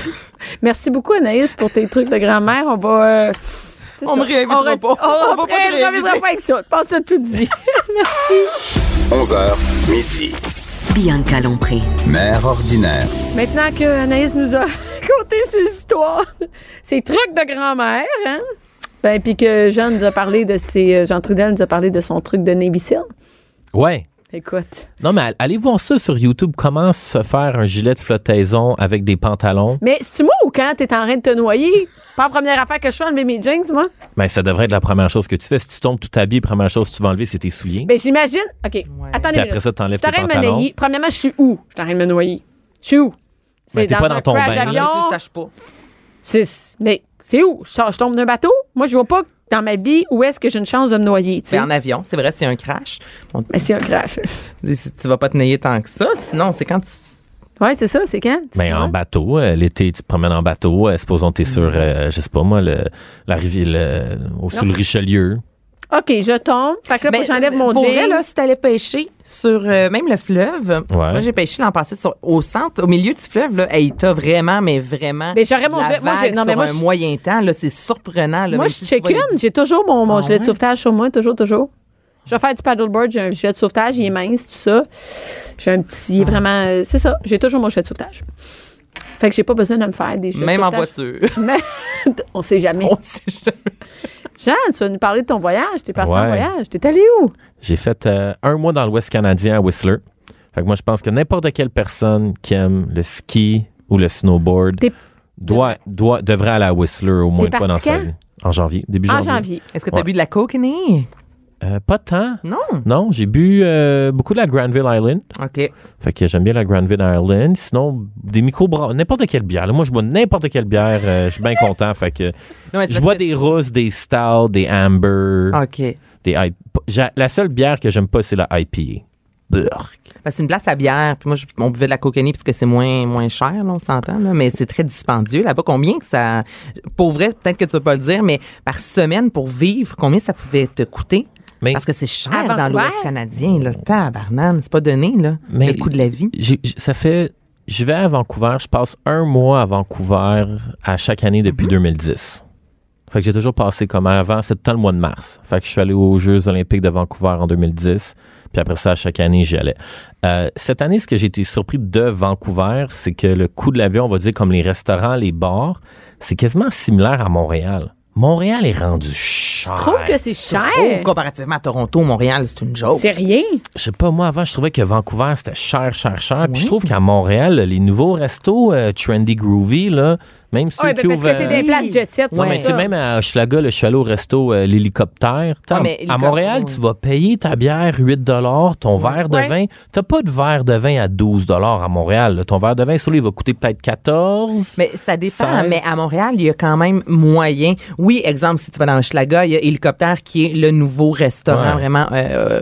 Merci beaucoup, Anaïs, pour tes trucs de grand-mère. On va... euh, c'est On ça. me réinvitera re- pas. On, On va va pas te réinvitera réinviter. pas avec ça. Je pense que tout dit. Merci. onze heures midi. Bianca Lompré. Mère ordinaire. Maintenant que Anaïs nous a conté ses histoires, ses trucs de grand-mère, hein? Ben, puis que Jean nous a parlé de ses... euh, Jean Trudel nous a parlé de son truc de Navy Seal. Ouais. Écoute. Non, mais allez voir ça sur YouTube. Comment se faire un gilet de flottaison avec des pantalons. Mais c'est moi ou quand t'es en train de te noyer? Pas la première affaire que je fais, enlever mes jeans, moi? Ben, ça devrait être la première chose que tu fais. Si tu tombes tout habillé, première chose que tu vas enlever, c'est tes souliers. Ben, j'imagine. OK. Attendez. Puis après ça, t'enlèves Je suis en tes train de me pantalons. noyer. Premièrement, je suis où? Je suis en train de me noyer. Je suis où? Ben, t'es pas dans un ton crash bain. d'avion. Tu le saches pas. C'est- Mais c'est où? Je, je tombe d'un bateau? Moi, je vois pas dans ma vie où est-ce que j'ai une chance de me noyer. tu sais. C'est en avion, c'est vrai, c'est un crash. Bon, Mais c'est un crash. tu vas pas te nailler tant que ça, sinon c'est quand tu... Ouais, c'est ça, c'est quand? Ben, en bateau, euh, l'été, tu te promènes en bateau. Euh, supposons que t'es sur, euh, je sais pas moi, le, la rivière, le, au, sous le Richelieu. OK, je tombe. Fait que là, faut que j'enlève mon pour jean. vrai, là, si t'allais pêcher sur euh, même le fleuve, moi j'ai pêché l'an passé sur, au centre, au milieu du fleuve, là, hey, t'as vraiment, mais vraiment Mais j'aurais mon la gilet- moi, j'ai- vague non, mais sur moi, un je- moyen temps, là, c'est surprenant. Là, Moi, même je si tu check vois les- in. J'ai toujours mon, mon Ah gilet de ouais? sauvetage sur moi, toujours, toujours. Je vais faire du paddleboard, j'ai un gilet de sauvetage, il est mince, tout ça. J'ai un petit, Ah. vraiment, euh, c'est ça, j'ai toujours mon gilet de sauvetage. Fait que j'ai pas besoin de me faire des gilets Même de en sauvetage. voiture. Mais on sait jamais. On sait jamais. Jean, tu vas nous parler de ton voyage. T'es parti en Ouais. voyage. T'es allé où? J'ai fait euh, un mois dans l'Ouest canadien à Whistler. Fait que moi, je pense que n'importe quelle personne qui aime le ski ou le snowboard T'es- doit, doit, devrait aller à Whistler au moins T'es une fois dans parti sa quand? vie. En janvier, début En janvier. janvier. Est-ce que t'as Ouais. bu de la coconut? Euh, pas tant. Non. Non, j'ai bu euh, beaucoup de la Granville Island. OK. Fait que j'aime bien la Granville Island. Sinon, des micro n'importe quelle bière. Là, moi, je bois n'importe quelle bière. euh, je suis bien content. Fait que Non, mais c'est je parce bois que- des rousses, des stouts, des amber, OK. des I P A. J'ai- La seule bière que j'aime pas, c'est la I P A. Burk. Ben, c'est une place à bière. Puis moi, je- on buvait de la coconut parce que c'est moins, moins cher, là, on s'entend. Là, mais c'est très dispendieux. Là-bas, combien que ça... Pour vrai, peut-être que tu vas pas le dire, mais par semaine, pour vivre, combien ça pouvait te coûter? Mais Parce que c'est cher À dans Vancouver? l'Ouest canadien. Là. Tabarnane, c'est pas donné, là. Mais- le coût de la vie. j'ai- j'ai- ça fait... Je vais à Vancouver. Je passe un mois à Vancouver à chaque année depuis deux mille dix. Fait que j'ai toujours passé comme avant. C'est tout le temps le mois de mars. Fait que je suis allé aux Jeux olympiques de Vancouver en deux mille dix. Puis après ça, chaque année, j'y allais. Euh, cette année, ce que j'ai été surpris de Vancouver, c'est que le coût de l'avion, on va dire comme les restaurants, les bars, c'est quasiment similaire à Montréal. Montréal est rendu cher. Je trouve que c'est cher. Trouve, comparativement à Toronto, Montréal, c'est une joke. C'est rien. Je sais pas, moi, avant, je trouvais que Vancouver, c'était cher, cher, cher. Puis je trouve qu'à Montréal, les nouveaux restos euh, trendy, groovy, là, même ceux Oui, qui parce ouvrent... que t'es des places jet set. Non, mais tu sais, même à Hochelaga, là, je suis allé au resto euh, l'hélicoptère. Ah, mais à hélicoptère, Montréal, oui. tu vas payer ta bière huit dollars, ton verre de Ouais. vin. T'as pas de verre de vin à douze dollars à Montréal. Là. Ton verre de vin, sur lui, il va coûter peut-être quatorze. Mais ça dépend. seize. Mais à Montréal, il y a quand même moyen. Oui, exemple, si tu vas dans Hochelaga, il y a Hélicoptère qui est le nouveau restaurant, Ouais. vraiment, euh,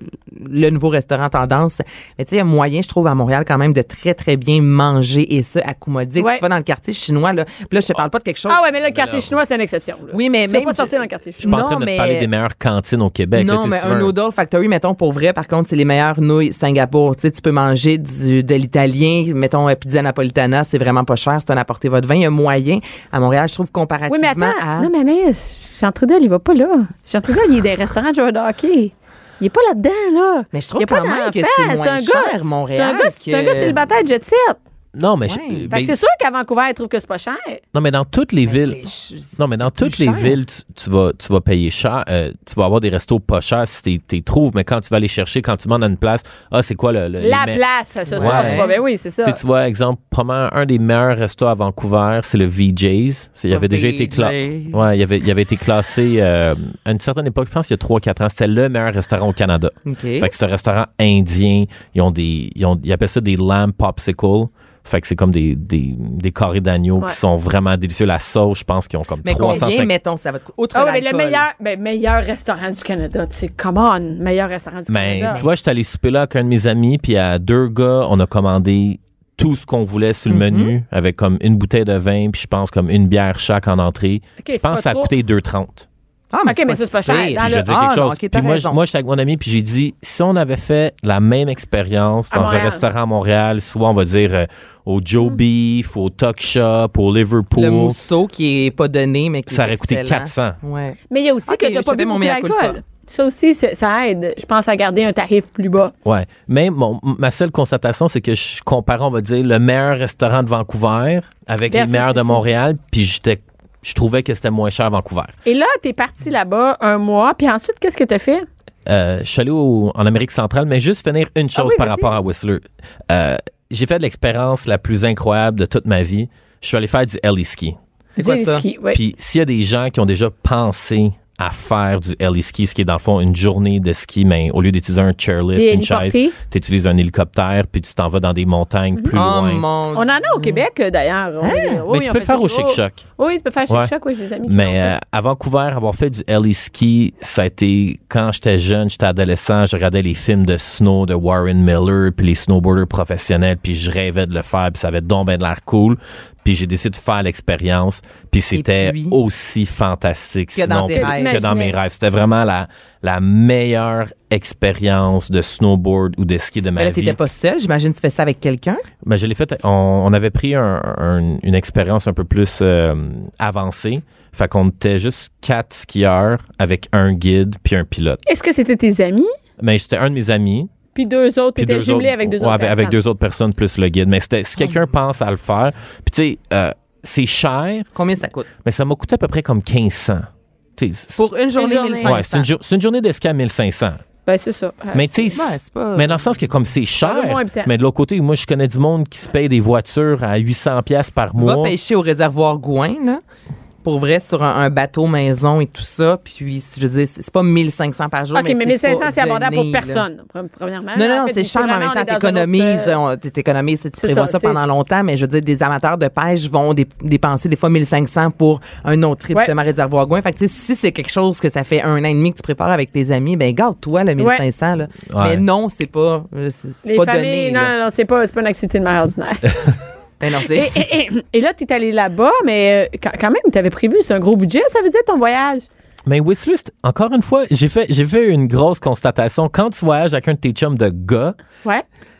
le nouveau restaurant tendance. Mais tu sais, il y a moyen, je trouve, à Montréal, quand même, de très, très bien manger et ça, accommodique. Ouais. Si tu vas dans le quartier chinois, là, puis là, je te parle pas de quelque chose. Ah ouais, mais là, le quartier chinois, c'est une exception. Là. Oui, mais Tu vas même pas sortir je- dans le quartier Je suis pas chinois. en train de mais- te parler des meilleures cantines au Québec. là, Non, tu sais, mais si tu un veux Noodle Factory, mettons, pour vrai, par contre, c'est les meilleures nouilles Singapour. Tu sais, tu peux manger du, de l'italien, mettons, euh, pizza napolitana, c'est vraiment pas cher, c'est un apporter votre vin. Il y a moyen. À Montréal, je trouve, comparativement Oui, mais attends. à... Non, mais Anaïs, Jean Trudel, il va pas là. Jean Trudel, il est des restaurants de joueurs de hockey. Il est pas là-dedans, là. Mais je trouve Il y a pas quand même que d'enfants. c'est moins un cher, gars, Montréal, C'est un gars, c'est un que- gars célibataire de jet set. Non, mais, je- Ouais. ben, Fait que c'est sûr qu'à Vancouver, il trouve que c'est pas cher. non, mais dans toutes les villes. c'est- c'est- Non, mais dans c'est plus toutes les cher. villes, tu, tu vas, tu vas payer cher. euh, tu vas avoir des restos pas chers si tu les trouves, mais quand tu vas les chercher, quand tu demandes à une place, ah, c'est quoi le. le- La les me- place, ce soir, Ouais. tu vas. Ben oui, c'est ça. Tu sais, tu vois, exemple, probablement un des meilleurs restos à Vancouver, c'est le V J's. C'est- Il avait déjà été classé. Ouais, il avait, il avait été classé euh, à une certaine époque, je pense qu'il y a trois quatre ans. C'était le meilleur restaurant au Canada. OK. Fait que c'est un restaurant indien. Ils ont des. Ils, ont, ils appellent ça des lamb popsicles. Fait que c'est comme des, des, des carrés d'agneau Ouais. qui sont vraiment délicieux. La sauce, je pense qu'ils ont comme Mais trois cent combien, cinquante. mettons, ça va te coûter? Outre Ah oui, mais le l'alcool. meilleur, ben, meilleur restaurant du Canada. Tu sais, come on, meilleur restaurant du Mais Canada. tu vois, j'étais allé souper là avec un de mes amis, puis à deux gars, on a commandé tout ce qu'on voulait sur le menu, avec comme une bouteille de vin, puis je pense comme une bière chaque en entrée. Ok, je c'est pense pas que ça a trop. coûté deux trente. Ah, OK, mais ça, c'est pas si cher. pire. Dans Puis je le- vais dire Ah, quelque non, chose. ok, t'as puis moi, raison. je- moi, j'étais avec mon ami, puis j'ai dit, si on avait fait la même expérience À dans un Montréal. restaurant à Montréal, soit on va dire euh, au Joe Beef, au Tuck Shop, au Liverpool, Le mousseau qui est pas donné, mais qui ça est aurait coûté excellent. quatre cents. Ouais. Mais il y a aussi Ok, que t'as je pas fais bu mon beaucoup mea culpa. d'alcool. Ça aussi, c'est- ça aide, je pense, à garder un tarif plus bas. Ouais. Mais mon, ma seule constatation, c'est que je comparais, on va dire, le meilleur restaurant de Vancouver avec Versus les meilleurs de ici. Montréal, puis j'étais, je trouvais que c'était moins cher à Vancouver. Et là, t'es parti là-bas un mois, puis ensuite, qu'est-ce que t'as fait? Euh, je suis allé au- en Amérique centrale, mais juste finir une chose Ah oui, par vas-y. rapport à Whistler. Euh, j'ai fait de l'expérience la plus incroyable de toute ma vie. Je suis allé faire du heli ski. C'est quoi Du ça? ski, oui. Puis s'il y a des gens qui ont déjà pensé à faire du heli ski, ce qui est dans le fond une journée de ski, mais au lieu d'utiliser un chairlift, Des une chaise, héliportés. tu utilises un hélicoptère, puis tu t'en vas dans des montagnes plus Oh loin. mon On en a au Québec, euh, d'ailleurs. On- oui, Mais on tu fait peux le ça faire au gros. Chic Choc. Oui, tu peux faire Ouais. Chic Choc, oui, j'ai des amis qui Mais l'ont fait. euh, à Vancouver, avoir fait du heli ski, ça a été quand j'étais jeune, j'étais adolescent, je regardais les films de snow de Warren Miller, puis les snowboarders professionnels, puis je rêvais de le faire, puis ça avait donc ben de l'air cool. Puis j'ai décidé de faire l'expérience, puis c'était puis? aussi fantastique Que dans sinon tes que, rêves. que dans mes Imaginais. rêves. C'était vraiment la, la meilleure expérience de snowboard ou de ski de ma Mais là, vie. t'étais pas seul. J'imagine que tu fais ça avec quelqu'un. Ben, je l'ai fait. On, on avait pris un- un- une expérience un peu plus euh, avancée. Fait qu'on était juste quatre skieurs avec un guide puis un pilote. Est-ce que c'était tes amis? Mais j'étais un de mes amis. Puis deux autres, Puis t'étais deux jumelé autres- avec deux ouais, autres avec, personnes. avec deux autres personnes plus le guide. Mais c'était, si quelqu'un pense à le faire, puis tu sais, euh, c'est cher, Combien ça coûte? mais ça m'a coûté à peu près comme quinze cents. Tu sais, c'est- Pour une journée, journée. mille cinq cents. ouais, c'est une, jour- c'est une journée de ski à mille cinq cents. Ben, c'est ça. Euh, Mais tu sais, Ouais, c'est pas... mais dans le sens que comme c'est cher, Ça vaut moins habitant. mais de l'autre côté, moi je connais du monde qui se paye des voitures à huit cents pièces par Va mois. pêcher au réservoir Gouin, là. Pour vrai, sur un, un bateau maison et tout ça. Puis, je veux dire, c'est c'est pas mille cinq cents par jour. OK, mais c'est mille cinq cents, pas c'est abordable donné, pour là. personne, pre- premièrement. Non, non, En non, fait, c'est cher, mais en vraiment, même temps, on est dans un t'économises, autre, euh, on- t'économises, tu c'est prévois ça, ça c'est- pendant longtemps, mais je veux dire, des amateurs de pêche vont dé- dépenser des fois mille cinq cents pour un autre trip, Ouais. justement, réservoir Gouin. Fait que, tu sais, si c'est quelque chose que ça fait un an et demi que tu prépares avec tes amis, ben, garde-toi, le mille cinq cents, là. Ouais. Mais non, c'est pas, euh, c'est c'est Les pas familles, donné, non, là. non, non, c'est pas, c'est pas une activité de mère ordinaire. Ben non, et, c'est... et- et- et là, t'es allé là-bas, mais euh, quand, quand même, t'avais prévu, c'est un gros budget, ça veut dire, ton voyage? Mais Whistler, c'est- encore une fois, j'ai fait, j'ai fait une grosse constatation. Quand tu voyages avec un de tes chums de gars, Ouais.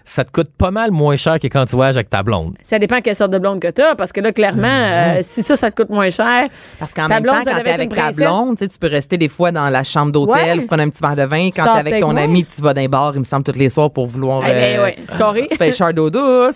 ça te coûte pas mal moins cher que quand tu voyages avec ta blonde. Ça dépend quelle sorte de blonde que t'as, parce que là, clairement, euh, si ça, ça te coûte moins cher. Parce qu'en ta même blonde, temps, ça quand devait t'es être avec une ta princesse. blonde, tu sais, tu peux rester des fois dans la chambre d'hôtel, Ouais. vous prenez un petit verre de vin. Quand Sors t'es avec avec ton moi. ami, tu vas dans les bars, il me semble, tous les soirs pour vouloir Eh ben, euh, ouais, scorer. tu fais char d'eau douce.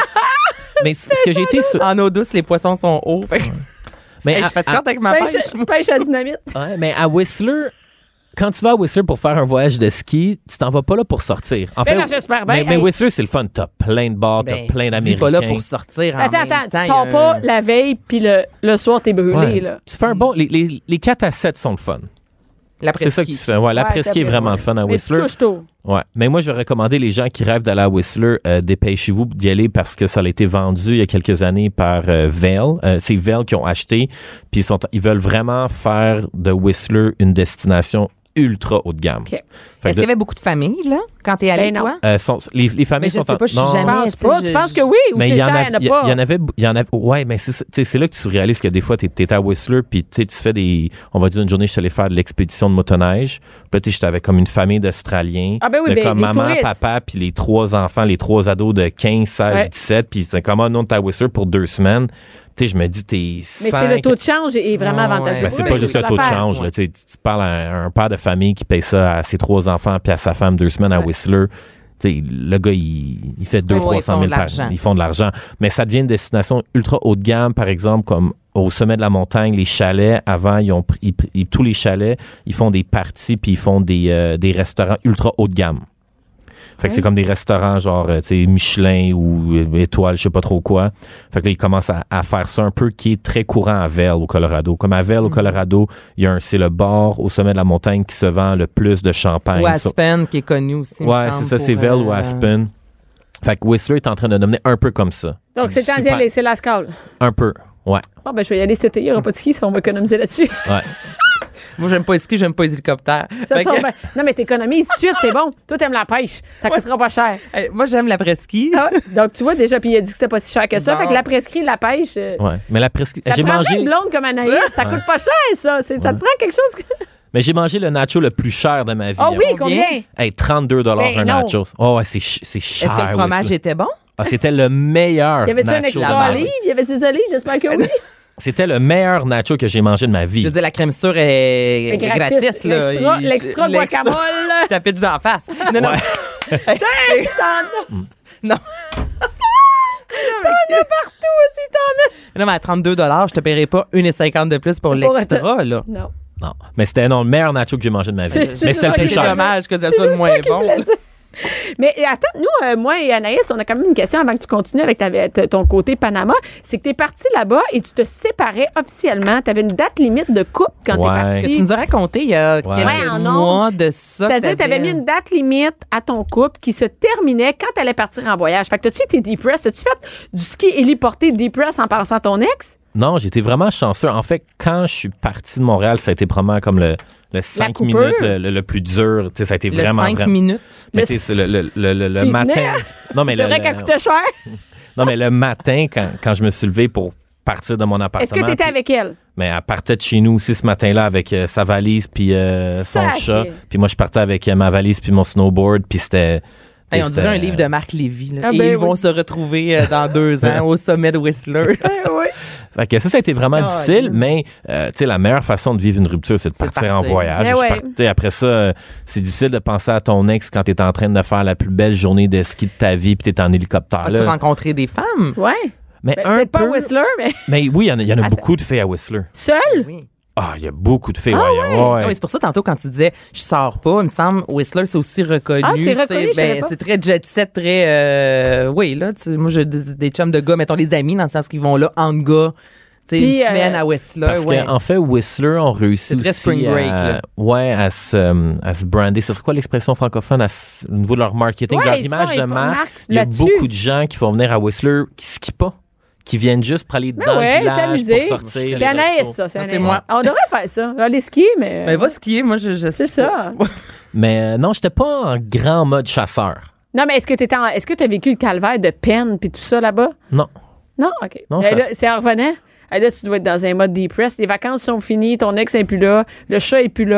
Mais c- ce que j'ai été sur... En eau douce, les poissons sont hauts. Fait que- Mais Hey, à- je fais à- ça avec ma Tu pêches- pêche. tu pêches à dynamite. Ouais, mais à Whistler, quand tu vas à Whistler pour faire un voyage de ski, tu t'en vas pas là pour sortir. En Ben fait, non, j'espère bien. mais, mais Hey. Whistler, c'est le fun. T'as plein de bars, Ben, t'as plein tu dis d'Américains. pas là pour sortir en Attends, même attends, temps, tu il y sors a pas un- la veille, puis le, le soir, t'es brûlé, Ouais. là. Tu fais un bon... Les, les, les quatre à sept sont le fun. C'est ça que L'après-ski. tu fais. Ouais, l'après-ski est t'as vraiment besoin. le fun à Mais Whistler. tu couches tôt. Ouais. Mais moi, je vais recommander les gens qui rêvent d'aller à Whistler, euh, dépêchez-vous d'y aller parce que ça a été vendu il y a quelques années par euh, Vail. Euh, c'est Vail qui ont acheté. Puis ils, sont, ils veulent vraiment faire de Whistler une destination ultra haut de gamme. OK. Fait Est-ce que qu'il y avait beaucoup de familles, là, quand t'es allé, Ben non. toi? euh, sont- les, les familles Mais je sont sais en- pas, je suis non. jamais- Je pense tu sais, pas. je- Tu penses je- que oui ou Mais c'est il y en cher, a- il n'y en a il y, pas? il y en avait, il y en avait, ouais, mais c'est ça, tu sais, c'est là que tu réalises que des fois, t'es, t'es à Whistler, puis tu sais, tu fais des, on va dire une journée, je suis allé faire de l'expédition de motoneige, puis là, tu sais, j'étais avec comme une famille d'Australiens, Ah ben oui, de ben, comme les maman, touristes. papa, puis les trois enfants, les trois ados de quinze, seize, Ouais. dix-sept, puis c'est comme, ah non, t'es à Whistler pour deux semaines. Tu sais, je me dis, t'es Mais c'est cinq- le taux de change est vraiment Ouais, avantageux. Ben, c'est Oui, pas oui, juste c'est le taux de l'affaire. change. Là, tu sais, tu parles à un père de famille qui paye ça à ses trois enfants puis à sa femme deux semaines à Ouais. Whistler. Tu sais, le gars, il, il fait deux Ouais, trois ils cent font mille de par l'argent. Ils font de l'argent. Mais ça devient une destination ultra haut de gamme, par exemple, comme au sommet de la montagne, les chalets. Avant, ils ont pris, ils- ils- tous les chalets, ils font des parties puis ils font des, euh, des restaurants ultra haut de gamme. Fait que c'est comme des restaurants genre, euh, tu sais, Michelin ou euh, Étoile, je sais pas trop quoi. Fait que là, ils commencent à, à faire ça un peu qui est très courant à Vail, au Colorado. Comme à Vail, au Colorado, il y a un, c'est le bar au sommet de la montagne qui se vend le plus de champagne. Ou Ça- Aspen, qui est connu aussi. me Ouais, semble, c'est ça, pour, c'est Vail ou euh, Aspen. Fait que Whistler est en train de devenir un peu comme ça. Donc, c'est temps d'y Super. aller, c'est la scale. Un peu, ouais. Bon, ben, je vais y aller cet été, il n'y aura pas de ski, ça, on va économiser là-dessus. ouais. Moi, j'aime pas les skis, j'aime pas les hélicoptères. Ça Fait que- tombe bien. Non, mais t'économises tout de suite, c'est bon. Toi, t'aimes la pêche. Ça coûtera pas cher. Hey, moi, j'aime l'après-ski. Ah ouais. Donc, tu vois, déjà, puis il a dit que c'était pas si cher que ça. Bon. Fait que l'après-ski, la pêche, euh, Ouais. Mais la presque... ça j'ai prend mangé, une blonde comme Anaïs. Ça coûte pas cher, ça. C'est- Ça te prend quelque chose que... mais j'ai mangé le nacho le plus cher de ma vie. Ah hein. oui, Combien? combien? Hey, trente-deux dollars Ben un non. nachos. Oh ouais, c'est ch- c'est cher. Est-ce que le fromage Whistler. était bon? Ah, c'était le meilleur Y avait-tu un nacho de extra ma vie. olive? Y avait des olives? J'espère que oui. C'était le meilleur nacho que j'ai mangé de ma vie. Je veux dire, la crème sûre est Mais gratis, là. L'extra, Il- l'extra guacamole. Tu la pitches d'en face. Non, non. Hey, t'en as Non. partout aussi, t'en mets. Non, mais à trente-deux je te paierai pas un virgule cinquante de plus pour Pour l'extra, là. Non. Non, mais c'était non, le meilleur nacho que j'ai mangé de ma vie. C'est- Mais c'est c'était ça le plus que C'est cher. dommage que ça C'est soit le juste moins ça qu'il bon. voulait dire. Mais attends, nous, euh, moi et Anaïs, on a quand même une question avant que tu continues avec ta- t- ton côté Panama. C'est que tu es parti là-bas et tu te séparais officiellement. Tu avais une date limite de couple quand tu es Ouais. Que tu parti. nous as raconté il y a quelques Ouais, en mois de ça. C'est-à-dire que tu avais mis une date limite à ton couple qui se terminait quand tu allais partir en voyage. Fait que t'as-tu été depressed? T'as-tu fait du ski héliporté depressed en pensant à ton ex? Non, j'étais vraiment chanceux. En fait, quand je suis parti de Montréal, ça a été probablement comme le, le cinq coupure. minutes le, le- le plus dur. Tu sais, ça a été Le vraiment, cinq vraiment. minutes. Mais Le- tu sais, c'est le, le, le, le- le Tu y matin. tenais, hein? Non, mais C'est le, vrai le- qu'elle coûtait cher. non, mais le matin, quand, quand je me suis levé pour partir de mon Est-ce appartement. que tu étais puis- avec elle? Mais elle partait de chez nous aussi ce matin-là avec euh, sa valise puis euh, son Sacré. chat. Puis moi, je partais avec euh, ma valise puis mon snowboard. Puis c'était... Hey, on c'était- dirait un livre de Marc Lévy. Là. Ah, Et ben ils oui. vont se retrouver euh, dans deux ans au sommet de Whistler. oui. Fait que ça, ça a été vraiment Ah, difficile, oui. mais euh, tu sais, la meilleure façon de vivre une rupture, c'est de C'est de partir en partir. voyage. Mais Je ouais. partais- après ça, euh, c'est difficile de penser à ton ex quand t'es en train de faire la plus belle journée de ski de ta vie puis t'es en hélicoptère. As-tu là. rencontré des femmes? Ouais. Mais Ben, un peut-être pas peu... Whistler, mais Mais oui, il y en a, il y en a Attends. beaucoup de filles à Whistler. seul? Oui. Ah, il y a beaucoup de filles. Ah ouais, ouais, ouais. Ah oui, c'est pour ça, tantôt, quand tu disais « je sors pas », il me semble, Whistler, c'est aussi reconnu. Ah, c'est tu sais, reconnu, je savais ben, pas. c'est très jet-set, très... euh, oui, là, tu- moi, j'ai des, des chums de gars, mettons les amis, dans le sens qu'ils vont là, entre gars, tu sais, Puis, une semaine euh, à Whistler. Parce ouais. qu'en fait, Whistler ont réussi C'est très aussi spring break, à, là. ouais, à, se, euh, à se brander. Ça serait quoi l'expression francophone à se- au niveau de leur marketing, Ouais, leur ils image font- de ils font marque? marque Il y a là-dessus. beaucoup de gens qui font venir à Whistler qui skient pas, qui viennent juste pour aller dans ouais, le village s'amuser. pour sortir. les C'est Anaïs, restos. ça. C'est Ça, Anaïs. c'est moi. On devrait faire ça. Aller skier, mais. Ben, va skier, moi, je, je C'est skie pas. ça. Mais euh, non, j'étais pas en grand mode chasseur. Non, mais est-ce que tu est-ce que tu as vécu le calvaire de peine puis tout ça là-bas? Non. Non? OK. Non, Eh, ça- là, c'est en revenant. Eh, là, tu dois être dans un mode depressed. Les vacances sont finies, ton ex n'est plus là, le chat est plus là.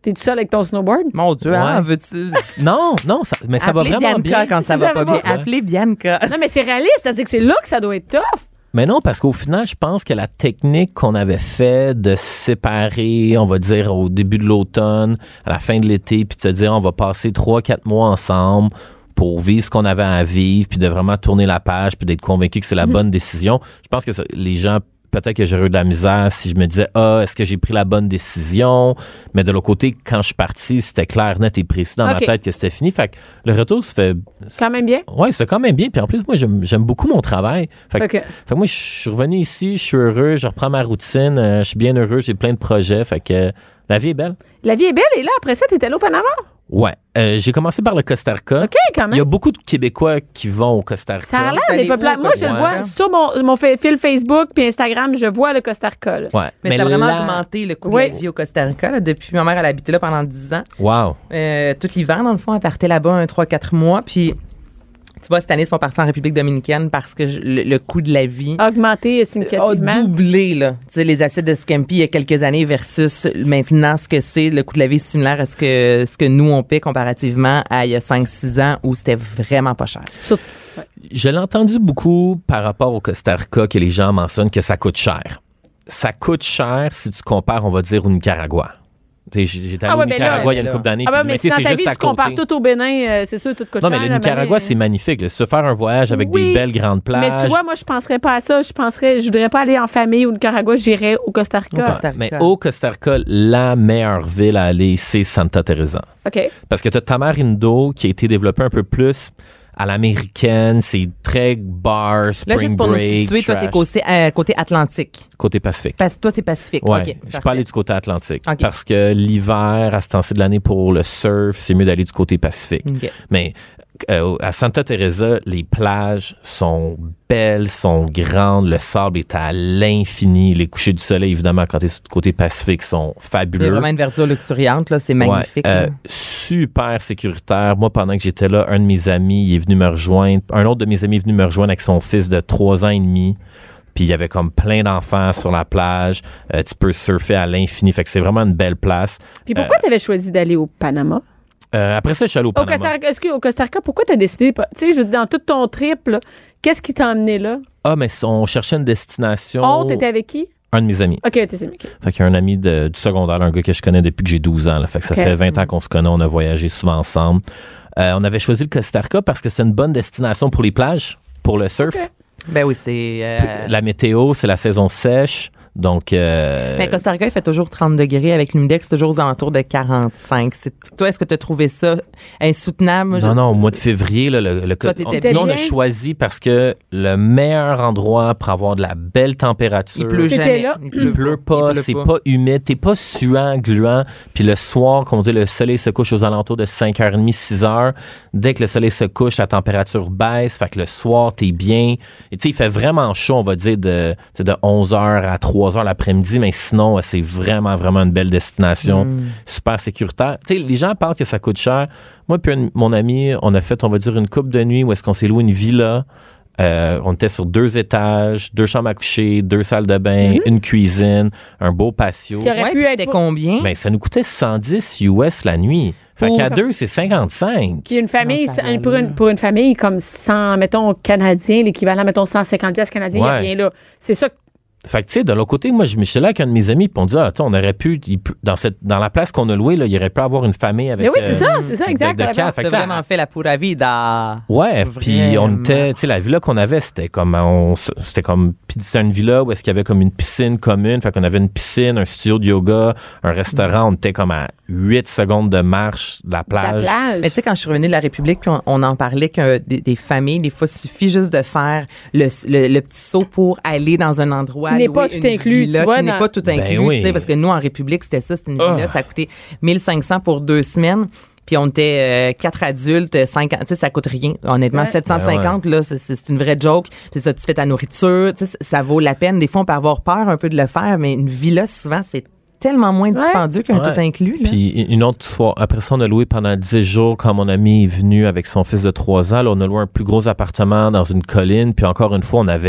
T'es tout seul avec ton snowboard? Mon Dieu, Ouais. hein, veux-tu... Non, non, ça- mais ça Appelez va vraiment Bianca bien. quand ça Ça va va pas pas. bien. Appelez Bianca. Non, mais c'est réaliste. C'est-à-dire que c'est là que ça doit être tough. Mais non, parce qu'au final, je pense que la technique qu'on avait fait de se séparer, on va dire au début de l'automne, à la fin de l'été, puis de se dire on va passer trois, quatre mois ensemble pour vivre ce qu'on avait à vivre, puis de vraiment tourner la page, puis d'être convaincu que c'est la bonne décision. Je pense que ça, les gens, peut-être que j'aurais eu de la misère si je me disais ah, est-ce que j'ai pris la bonne décision? Mais de l'autre côté, quand je suis parti, c'était clair, net et précis dans OK. ma tête que c'était fini. Fait que le retour se fait... Quand même bien. Ouais, c'est quand même bien. Puis en plus, moi, j'aime, j'aime beaucoup mon travail. Fait que, Fait que- fait que moi, je suis revenu ici, je suis heureux, je reprends ma routine, euh, je suis bien heureux, j'ai plein de projets. Fait que euh, la vie est belle. La vie est belle. Et là, après ça, t'étais allé au Panama? Ouais. Euh, j'ai commencé par le Costa Rica. OK, quand Il y a même. beaucoup de Québécois qui vont au Costa Rica. Ça a l'air T'es des allé peuples. où, Moi, je le ouais. vois sur mon, mon fa- fil Facebook puis Instagram, je vois le Costa Rica. là. Ouais. Mais, ça a vraiment là- augmenté le coût Oui. de la vie au Costa Rica. Là. Depuis, ma mère, elle habitait là pendant dix ans. Wow. Euh, tout l'hiver, dans le fond, elle partait là-bas un trois quatre mois. Puis, tu vois, cette année, ils sont partis en République dominicaine parce que je- le, le coût de la vie Augmenté a significativement. doublé. Là. Tu sais, les acides de Scampi il y a quelques années versus maintenant ce que c'est. Le coût de la vie est similaire à ce que, ce que nous, on paie comparativement à il y a cinq six ans où c'était vraiment pas cher. Sur- Je l'ai entendu beaucoup par rapport au Costa Rica que les gens mentionnent que ça coûte cher. Ça coûte cher si tu compares, on va dire, au Nicaragua. Tu sais, J'étais allé Ah ouais, au mais Nicaragua là, il y a une là. couple d'années. Ah, ben, puis- mais mais si tu sais, dans c'est ta juste vie, à tu compares côté. tout au Bénin, euh, c'est sûr, tout coûte Non, cher. mais le là, Nicaragua, mais- c'est magnifique. là. Se faire un voyage avec Oui. des belles grandes plages. Mais tu vois, moi, je penserais pas à ça. Je penserais, je voudrais pas aller en famille au Nicaragua, j'irais au Costa Rica. Au Costa Rica. Mais au Costa Rica, la meilleure ville à aller, c'est Santa Teresa. OK. Parce que tu as Tamarindo qui a été développé un peu plus à l'américaine. C'est très bar, Là, spring juste pour nous break, situer, toi, t'es trash. côté, euh, côté Atlantique. Côté Pacifique. Parce que toi, c'est Pacifique. Ouais, OK, je suis parfait. pas allé du côté Atlantique. OK. Parce que l'hiver, à ce temps-ci de l'année, pour le surf, c'est mieux d'aller du côté Pacifique. OK. Mais euh, à Santa Teresa, les plages sont belles, sont grandes, le sable est à l'infini. Les couchers du soleil, évidemment, quand tu es du côté Pacifique, sont Il y a fabuleux. vraiment une verdure luxuriante, là. C'est Ouais, magnifique. euh, là. super sécuritaire. Moi, pendant que j'étais là, un de mes amis il est venu me rejoindre. Un autre de mes amis est venu me rejoindre avec son fils de trois ans et demi. Puis il y avait comme plein d'enfants sur la plage. Euh, tu peux surfer à l'infini. Fait que c'est vraiment une belle place. Puis pourquoi tu avais choisi d'aller au Panama? Euh, après ça, je suis allé au Au Panama. Costa Rica, excuse, au Costa Rica, pourquoi tu as décidé? pas- Tu sais, je veux dire, dans tout ton trip, là, qu'est-ce qui t'a emmené là? Ah, mais on cherchait une destination. Oh, t'étais avec qui? Un de mes amis. OK, t'es amis. OK. Fait qu'il y a un ami de- du secondaire, un gars que je connais depuis que j'ai douze ans. Là. Fait que ça OK. fait vingt ans qu'on se connaît, on a voyagé souvent ensemble. Euh, on avait choisi le Costa Rica parce que c'est une bonne destination pour les plages, pour le surf. OK. Ben oui, c'est... euh, La météo, c'est la saison sèche. Donc, euh, Mais Costa Rica, il fait toujours trente degrés avec l'humidex, toujours aux alentours de quarante-cinq. C'est- Toi, est-ce que tu as trouvé ça insoutenable? Moi, je- non, non, au mois de février, là, le, le, Toi, t'étais on, nous, on bien? a choisi parce que le meilleur endroit pour avoir de la belle température. Il pleut C'était jamais. là. Il pleut pas, Il pleut c'est pas. pas humide, t'es pas suant, gluant. Puis le soir, comme on dit, le soleil se couche aux alentours de cinq heures trente, six heures. Dès que le soleil se couche, la température baisse. Fait que le soir, t'es bien. Et tu sais, il fait vraiment chaud, on va dire, de, tu sais, de onze heures à trois heures l'après-midi. Mais sinon, c'est vraiment, vraiment une belle destination. Mm. Super sécuritaire. Tu sais, les gens parlent que ça coûte cher. Moi puis un- mon ami, on a fait, on va dire, une couple de nuit où est-ce qu'on s'est loué une villa. Euh, on était sur deux étages, deux chambres à coucher, deux salles de bain, une cuisine, un beau patio. Qui aurait Ouais, pu puis être c'était pour- combien? Ben, ça nous coûtait cent dix U S la nuit. Fait Pour- qu'à deux, c'est cinquante-cinq. Puis une famille, Non, ça c'est- va pour, là. une, pour une famille comme cent, mettons, canadiens, l'équivalent, mettons, cent cinquante piastres canadiens, Ouais. il y a rien là. C'est ça que Fait que, tu sais, de l'autre côté, moi, je me suis là avec un de mes amis, puis on dit, ah, tu sais, on aurait pu, il peut- dans, cette, dans la place qu'on a louée, là, il aurait pu avoir une famille avec. Mais oui, c'est euh, ça, c'est ça, de- exact. de t'as raison. quatre. Fait T'as que ça- vraiment fait la pura vida. Ouais, puis on Vraiment. était, tu sais, la villa qu'on avait, c'était comme, on, s- c'était comme, puis c'est une villa où est-ce qu'il y avait comme une piscine commune, fait qu'on avait une piscine, un studio de yoga, un restaurant, on était comme à huit secondes de marche de la la plage. plage. Mais tu sais, quand je suis revenue de la République, puis on, on en parlait que des, des familles, des fois, il suffit juste de faire le, le, le petit saut pour aller dans un endroit. Qui n'est louer pas tout une inclus, villa, tu vois, Qui n'est dans- pas tout Ben inclus, oui. tu sais, parce que nous, en République, c'était ça, c'était une Ah. villa, ça a coûté mille cinq cents pour deux semaines. Puis on était euh, quatre adultes, cinq, tu sais, ça coûte rien. Honnêtement, Ouais. sept cent cinquante, là, c'est, c'est une vraie joke. C'est ça, tu fais ta nourriture, tu sais, ça vaut la peine. Des fois, on peut avoir peur un peu de le faire, mais une villa, souvent, c'est tellement moins dispendieux qu'un Ouais. tout inclus, là. Puis une autre soirée, après ça, on a loué pendant dix jours quand mon ami est venu avec son fils de trois ans. Là, on a loué un plus gros appartement dans une colline. Puis encore une fois, on avait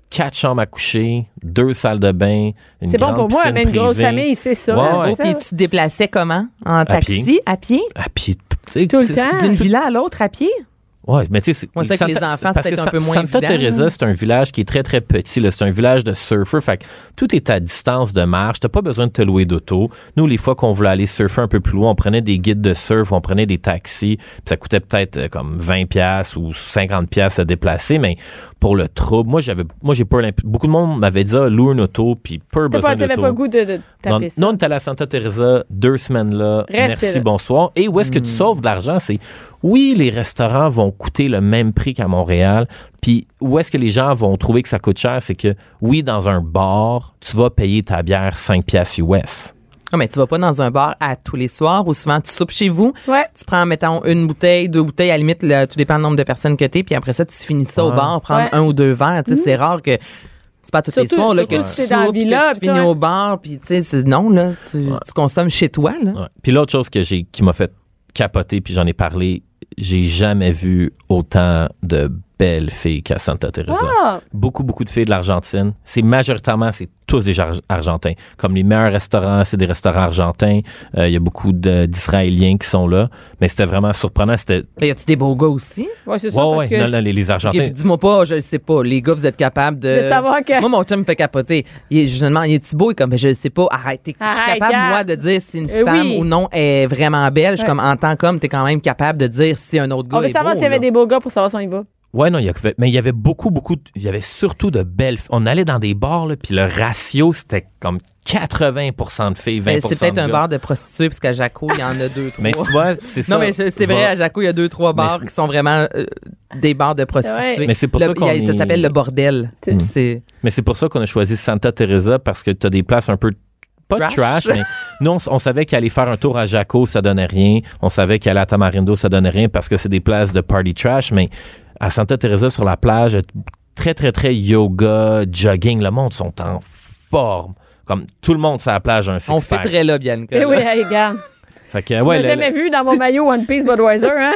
quatre chambres à coucher, deux salles de bain, une C'est bon grande pour moi, piscine mais une grosse privée. famille, c'est ça. Ouais, hein, ouais. c'est Puis ça. tu te déplaçais comment? En taxi? pied. À pied? Ah, puis, tu sais, Tout le c'est- temps. D'une villa à l'autre à pied? Ouais, mais tu sais, c'est Ouais, c'est vrai que les Santa- enfants, c'est parce peut-être que un peu moins Santa évident, Teresa, là. c'est un village qui est très, très petit. là. C'est un village de surfeurs. Fait que tout est à distance de marche. T'as pas besoin de te louer d'auto. Nous, les fois qu'on voulait aller surfer un peu plus loin, on prenait des guides de surf, on prenait des taxis. Puis ça coûtait peut-être euh, comme vingt piastres ou cinquante piastres à déplacer. Mais pour le trouble, moi, j'avais, moi, j'ai pas l'impression. Beaucoup de monde m'avait dit, ah, loue une auto, puis peu T'as besoin pas, d'auto. t'avais pas le goût de, de Non, taper ça. non, on est allé à Santa Teresa deux semaines là. Restez Merci, là. bonsoir. Et où est-ce que tu sauves de l'argent? C'est oui, les restaurants vont coûter le même prix qu'à Montréal. Puis où est-ce que les gens vont trouver que ça coûte cher? C'est que oui, dans un bar, tu vas payer ta bière cinq piastres U S. Non, mais tu vas pas dans un bar à tous les soirs ou souvent tu soupes chez vous. Ouais. Tu prends, mettons, une bouteille, deux bouteilles, à la limite, là, tout dépend du nombre de personnes que t'es, puis après ça, tu finis ça au Ouais. bar, prendre Ouais. un ou deux verres. Tu sais, c'est rare que c'est pas tous les Surtout- soirs là, surtout que tu si t'es dans la soupes, villa, que tu puis finis ouais. au bar, puis tu sais, c'est- non, là, tu, tu consommes chez toi, là. Ouais. Puis l'autre chose que j'ai qui m'a fait capoter, puis j'en ai parlé, j'ai jamais vu autant de belles filles qu'à Santa Teresa. Ah! Beaucoup, beaucoup de filles de l'Argentine. C'est majoritairement, c'est tous des Ar- Argentins. Comme les meilleurs restaurants, c'est des restaurants argentins. Euh, Il y a beaucoup de- d'Israéliens qui sont là. Mais c'était vraiment surprenant. C'était... Là, y a-tu des beaux gars aussi? Ouais, c'est Ouais, ça, parce ouais, que... non, non, les, les Ok, Argentins. puis dis-moi pas, je le sais pas. Les gars, vous êtes capables de. De savoir que- Moi, mon chum me fait capoter. Il est, je me demande, il est-tu beau? Il est comme, ben, je le sais pas. Arrête. t'es- Je suis Arrête, capable, gars. moi, de dire si une Euh, femme oui. ou non est vraiment belle. Je suis Ouais. comme, en tant qu'homme, t'es quand même capable de dire si un autre gars On veut est savoir beau, s'il y avait là. des beaux gars pour savoir si on y va. Ouais, non, il y avait, mais il y avait beaucoup, beaucoup, de- il y avait surtout de belles filles. On allait dans des bars, là, puis le ratio, c'était comme quatre-vingts pour cent de filles, vingt Mais pour cent c'est peut-être de un gars. bar de prostituées, parce qu'à Jaco, il y en a deux, trois. Mais tu vois, c'est ça. Non, mais je- c'est vrai, Va- à Jaco, il y a deux, trois bars Mais- qui sont vraiment euh, des bars de prostituées. Ouais. Mais c'est pour Le- ça qu'on il y a- Ça est- s'appelle le bordel. C'est- Puis c'est... Mais c'est pour ça qu'on a choisi Santa Teresa, parce que tu as des places un peu pas Trash. de trash, mais nous, on, on savait qu'aller faire un tour à Jaco, ça donnait rien. On savait qu'aller à Tamarindo, ça donnait rien parce que c'est des places de party trash. Mais à Santa Teresa, sur la plage, très, très, très yoga, jogging. Le monde sont en forme. Comme tout le monde sur la plage a un On six-pack. fêterait là, Bianca. Eh là. oui, hey, regarde. Fait que, Tu ouais, m'as le- jamais le- vu dans mon maillot One Piece Budweiser, hein?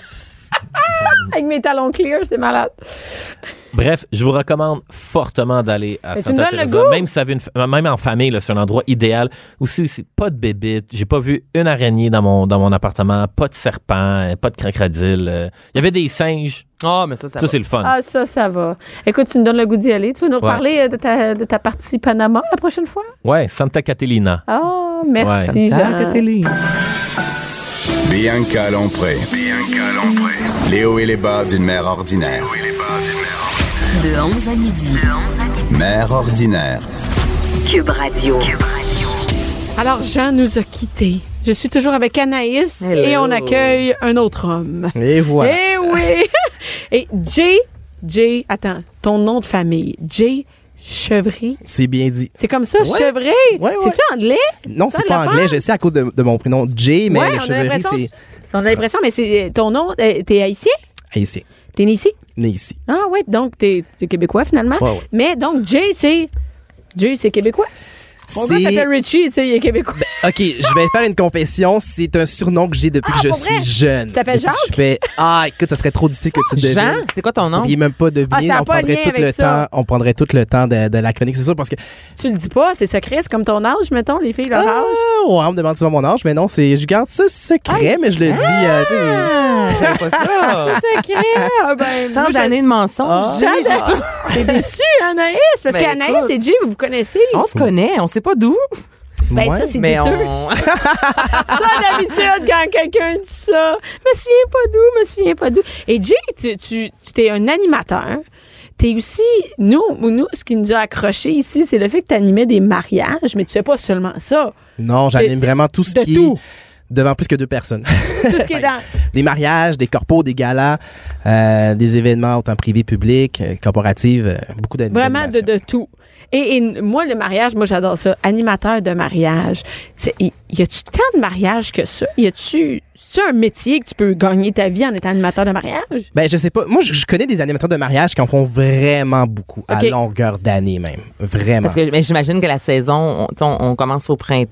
Avec mes talons clear, c'est malade. Bref, je vous recommande fortement d'aller à Mais tu me Santa donnes le Teresa. goût. Même si ça veut une fa- même en famille, là, c'est un endroit idéal. Aussi, c'est pas de bébites. J'ai pas vu une araignée dans mon, dans mon appartement. Pas de serpent, pas de crocodile. euh. Il y avait des singes. Ah, mais ça, ça, Ça, va. c'est le fun. Ah, ça, ça va. Écoute, tu me donnes le goût d'y aller. Tu veux nous reparler euh, de, ta, de ta partie Panama la prochaine fois? Ouais, Santa Catalina. Ah, merci, Ouais. Jean. Bianca Lompré. Les hauts et les bas d'une mère ordinaire. De onze à midi. Mère ordinaire. Cube Radio. Alors, Jean nous a quittés. Je suis toujours avec Anaïs Hello. et on accueille un autre homme. Et voilà. Eh oui! Et Jay, Jay, attends, ton nom de famille, Jay Chevry. C'est bien dit. C'est comme ça, Ouais. Chevry? Ouais, ouais. C'est-tu anglais? Non, Ça, c'est pas l'affaire? anglais. Je sais à cause de, de mon prénom Jay, mais Ouais, le on a chevrerie, l'impression- c'est On a l'impression, mais c'est ton nom, euh, t'es haïtien? haïtien. T'es né ici? Né ici. Ah oui, donc t'es es québécois finalement. Ouais, ouais. Mais donc Jay, c'est. Jay, c'est québécois. Mon gars C'est- s'appelle Richie, tu sais, il est québécois. OK, je vais faire une confession. C'est un surnom que j'ai depuis Ah, que je pour vrai? suis jeune. Tu t'appelles Depuis que Jacques? Je fais Ah, écoute, ça serait trop difficile que tu devines. Jean, c'est quoi ton nom? Il est même pas Ah, deviné. ça a on pas prendrait lien tout avec le ça. temps. On prendrait tout le temps de, de la chronique, c'est sûr, parce que Tu le dis pas, c'est secret, c'est comme ton âge, mettons, les filles, leur ah, âge. ouais, on me demande souvent mon âge, mais non, c'est je garde ça secret, mais je le dis. euh, tu sais, Ah, j'avais pas ça. Secret! Ah, ben, Tant moi, je- d'années de mensonges. Ah. Jean, j'ai- T'es déçu, Anaïs? Parce Ben, qu'Anaïs écoute. et Jay, vous vous connaissez. On se connaît, on sait pas d'où. Ben, ouais. ça, c'est Mais douteux. on... Ça, d'habitude, quand quelqu'un dit ça, me souviens pas d'où, me souviens pas d'où. Et Jay, tu, tu, tu es un animateur. T'es aussi, nous, nous, ce qui nous a accroché ici, c'est le fait que tu animais des mariages, mais tu fais pas seulement ça. Non, j'anime De- vraiment tout ce de qui tout. est devant plus que deux personnes. Tout ce qui est dans. Des mariages, des corpos, des galas, euh, des événements autant privés, publics, euh, corporatifs, euh, beaucoup d'animation. Vraiment de, de tout. Et, et moi, le mariage, moi, j'adore ça. Animateur de mariage. C'est, y, y a-tu tant de mariages que ça? Y a-tu, c'est-tu un métier que tu peux gagner ta vie en étant animateur de mariage? Ben, je sais pas. Moi, je, je connais des animateurs de mariage qui en font vraiment beaucoup, à OK. longueur d'année même. Vraiment. Parce que mais j'imagine que la saison, on, tu sais, on- on commence au printemps,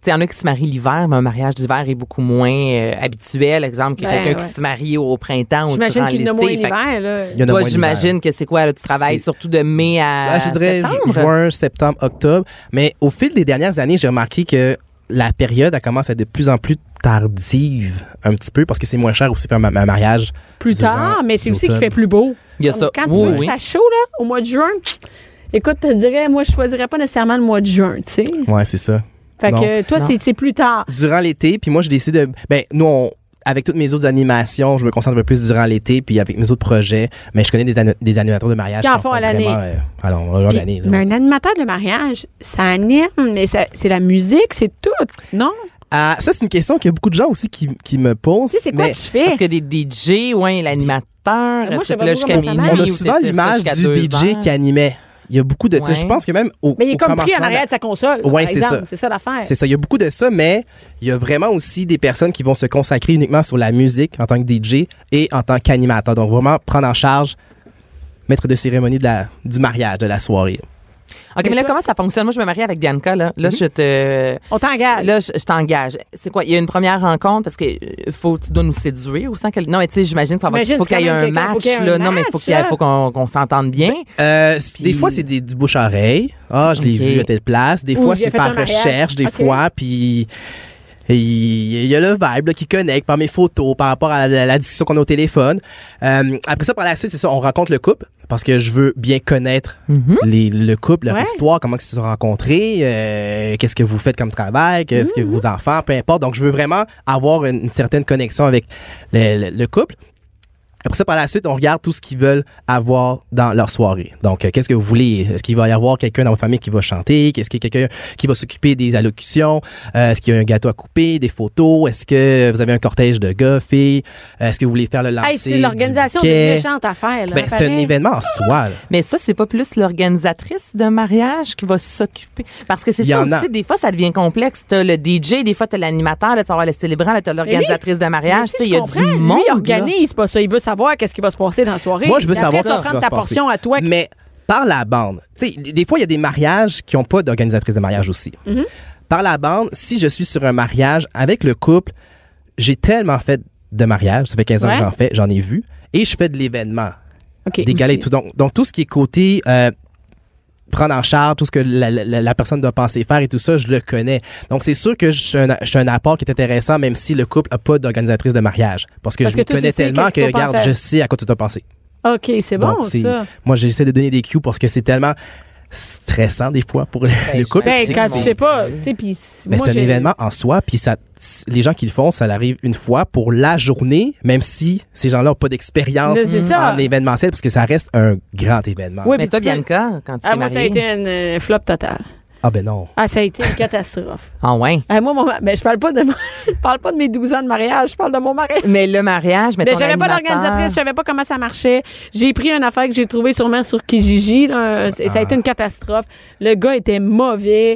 Tu sais, il y en a qui se marient l'hiver, mais un mariage d'hiver est beaucoup moins euh, habituel. Exemple, que Ben, quelqu'un ouais. qui se marie au printemps ou J'imagine durant qu'il y en a l'été. moins Fait que l'hiver, là. Il y en a toi, moins j'imagine l'hiver. que c'est quoi, là, tu travailles C'est- surtout de mai à Ah, je dirais ju- septembre? juin, septembre, octobre. Mais au fil des dernières années, j'ai remarqué que la période, elle commence à être de plus en plus tardive, un petit peu, parce que c'est moins cher aussi faire ma- un mariage. Plus durant tard, mais c'est aussi qu'il l'automne. fait plus beau. Il y a Comme ça. Quand tu Oui, veux oui. qu'il fasse chaud, là, au mois de juin, écoute, je te dirais, moi, je choisirais pas nécessairement le mois de juin, tu sais. Ouais, c'est ça. Fait Non. que toi, Non. c'est c'est plus tard. Durant l'été, puis moi, je décide de. Ben, nous, on- avec toutes mes autres animations, je me concentre un peu plus durant l'été, puis avec mes autres projets. Mais je connais des, ani- des animateurs de mariage Qui en en font à l'année. vraiment, euh, alors, on a Puis- l'année. là. mais un animateur de mariage, ça anime, mais ça- c'est la musique, c'est tout, non? Ah, ça, c'est une question qu'il y a beaucoup de gens aussi qui, qui me posent. Tu sais, c'est quoi mais tu fais? Parce que des D J, ouais, l'animateur, Moi, je est-ce sais que pas là beaucoup jusqu'à comment ça minuit marche. on a ou souvent t'étires ça l'image jusqu'à du deux D J heures? qui animait. Il y a beaucoup de. tu sais, Ouais. Je pense que même au, Mais il est au comme pris en commencement, arrière de sa console, Ouais, par c'est exemple. ça. C'est ça l'affaire. C'est ça. Il y a beaucoup de ça, mais il y a vraiment aussi des personnes qui vont se consacrer uniquement sur la musique en tant que D J et en tant qu'animateur. Donc, vraiment prendre en charge, maître de cérémonie de la, du mariage, de la soirée. OK, mais là, comment ça fonctionne? Moi, je me marie avec Bianca, là. Là, je te... On t'engage. Là, je, je t'engage. C'est quoi? Il y a une première rencontre parce que euh, faut, tu dois nous séduire ou sans que. Non, mais tu sais, j'imagine qu'il faut, avoir- J'imagine, faut c'est qu'il y ait quand un même quelqu'un, faut match, qu'il y ait un là. Non, mais il faut match, qu'il y ait- là. faut qu'on, qu'on s'entende bien. Euh, Puis- Des fois, c'est des, du bouche-oreille. Ah, je l'ai Ok. vu à telle place. Des Ou fois, j'ai c'est fait par un mariage. recherche, des Ok. fois. Puis il il y a le vibe là, qui connecte par mes photos, par rapport à la, la discussion qu'on a au téléphone. Euh, après ça, par la suite, c'est ça, on rencontre le couple parce que je veux bien connaître les, le couple, leur Ouais. histoire, comment ils se sont rencontrés, euh, qu'est-ce que vous faites comme travail, qu'est-ce que vos enfants, peu importe. Donc, je veux vraiment avoir une, une certaine connexion avec le, le- le couple. Après ça, par la suite, on regarde tout ce qu'ils veulent avoir dans leur soirée. Donc, euh, qu'est-ce que vous voulez? Est-ce qu'il va y avoir quelqu'un dans votre famille qui va chanter? Qu'est-ce qu'il y a quelqu'un qui va s'occuper des allocutions? Euh, est-ce qu'il y a un gâteau à couper, des photos? Est-ce que vous avez un cortège de gars, filles? Euh, Est-ce que vous voulez faire le lancer Hey, c'est l'organisation du d'une bouquet? méchante affaire. Là, Ben, c'est un pareil. événement en soi. là. Mais ça, c'est pas plus l'organisatrice d'un mariage qui va s'occuper. Parce que c'est Il y ça en a. aussi, des fois, ça devient complexe. T'as le D J, des fois, t'as l'animateur, là, tu vas avoir le célébrant, là, t'as l'organisatrice de Mais mariage. si Tu sais, il je y a du comprends, monde. Lui, il là. organise pas ça. Il veut savoir qu'est-ce qui va se passer dans la soirée. Moi, je veux Puis savoir après, tu vas ce qui prendre va ta se passer. portion à toi. Mais par la bande, tu sais, des des fois, il y a des mariages qui n'ont pas d'organisatrice de mariage aussi. Mm-hmm. Par la bande, si je suis sur un mariage avec le couple, j'ai tellement fait de mariages, ça fait quinze ans Ouais. que j'en fais, j'en ai vu, et je fais de l'événement, OK, des galas et aussi. tout. Donc, donc, tout ce qui est côté euh, prendre en charge, tout ce que la, la- la personne doit penser faire et tout ça, je le connais. Donc, c'est sûr que je suis un, je suis un apport qui est intéressant, même si le couple n'a pas d'organisatrice de mariage. Parce que Parce je que me toi, connais tu sais tellement qu'est-ce que, qu'il faut regarde, penser. je sais à quoi tu dois penser. OK, c'est bon, Donc, c'est- ça. Moi, j'essaie de donner des cues parce que c'est tellement stressant des fois pour le, le couple. Ben, C'est- quand c'est- tu sais pas, tu sais, puis mais moi, c'est un j'ai- événement en soi, puis ça, les gens qui le font, ça arrive une fois pour la journée, même si ces gens-là n'ont pas d'expérience Mais c'est ça. en événementiel, parce que ça reste un grand événement. Oui, Mais puis toi, tu peux- Bianca, quand tu Ah, t'es moi, ça a mariée. été un euh, flop total. Ah ben non. Ah, ça a été une catastrophe. Ah ouais. Ah, moi, mon, ma- ben, je parle pas de mon- je parle pas de mes douze ans de mariage, je parle de mon mari. Mais le mariage, mais Mais ton j'avais pas animateur- d'organisatrice, je savais pas comment ça marchait. J'ai pris une affaire que j'ai trouvée sûrement sur Kijiji. Là. C'est- Ça a été une catastrophe. Le gars était mauvais.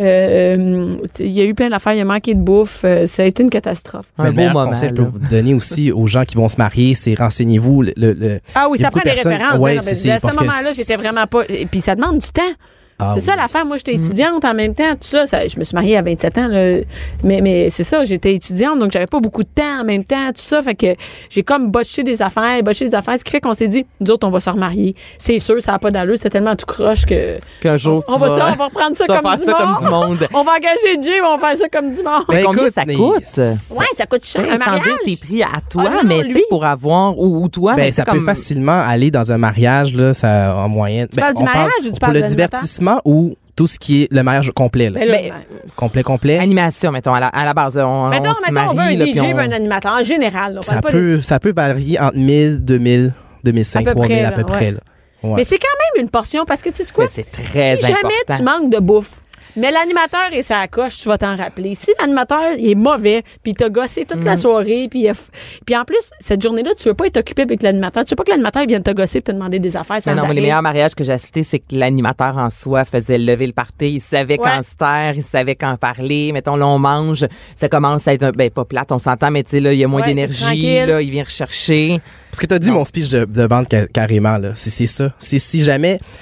Euh, Il y a eu plein d'affaires. Il a manqué de bouffe. Euh, Ça a été une catastrophe. Un Mais le beau meilleur moment. conseil que je là. peux vous donner aussi aux gens qui vont se marier, c'est renseignez-vous. Le, le- le- Ah oui, Il y a ça prend beaucoup des de personnes- références. ouais, ben non, c'est- ben, c'est à ce parce que moment-là, j'étais c'est- vraiment pas. Et puis ça demande du temps. Ah c'est oui. ça l'affaire. Moi, j'étais étudiante en même temps. Tout ça, ça- je me suis mariée à vingt-sept ans. Là. Mais, mais c'est ça, j'étais étudiante, donc j'avais pas beaucoup de temps en même temps. Tout ça, fait que j'ai comme botché des affaires, botché des affaires. Ce qui fait qu'on s'est dit, nous autres, on va se remarier. C'est sûr, ça n'a pas d'allure. C'était tellement tout croche que. Qu'un jour, On tu va, vas, ça, on va reprendre ça, tu vas comme, faire du ça comme du monde. monde. On va engager Jay, on va faire ça comme du monde. Mais Ben, combien écoute, ça mais coûte? ça- Ouais, ça coûte cher. Ouais, Un sans mariage. dire tes prix à toi, Ah, non, mais non, tu sais, lui. pour avoir, ou, ou toi, Ben, mais ça tu sais, peut facilement aller dans un mariage, là, ça, en moyenne. Tu parles du mariage ou tu pour parles le de l'animateur? divertissement ou tout ce qui est le mariage complet, là. Ben là, Ben, complet, complet. Animation, mettons, à la, à la base. On, mettons, on se mettons, on veut marie, un là, D J puis et on- un animateur. En général, là, on Ça parle pas peut, ça peut varier entre mille, deux mille, deux mille cinq, À peu trois mille près, à peu là, près. ouais. Là. Ouais. Mais c'est quand même une portion parce que tu sais quoi? Mais c'est très si important. jamais tu manques de bouffe, mais l'animateur est sa coche, tu vas t'en rappeler. Si l'animateur il est mauvais, puis il t'a gossé toute Mm. la soirée, puis il a f- puis en plus cette journée-là, tu veux pas être occupé avec l'animateur. Tu veux pas que l'animateur il vienne te gosser, et te demander des affaires sans Mais non, mais arrêt. les meilleurs mariages que j'ai assistés, c'est que l'animateur en soi faisait lever le party. Il savait Ouais. quand se taire, il savait quand parler. Mettons, là, on mange, ça commence à être un, ben, pas plate, on s'entend, mais tu sais, là, il y a moins Ouais, c'est d'énergie, tranquille. là, il vient rechercher. Parce que tu as dit mon speech de, de vente ca- carrément, là. C'est c'est ça. C'est si jamais. Tu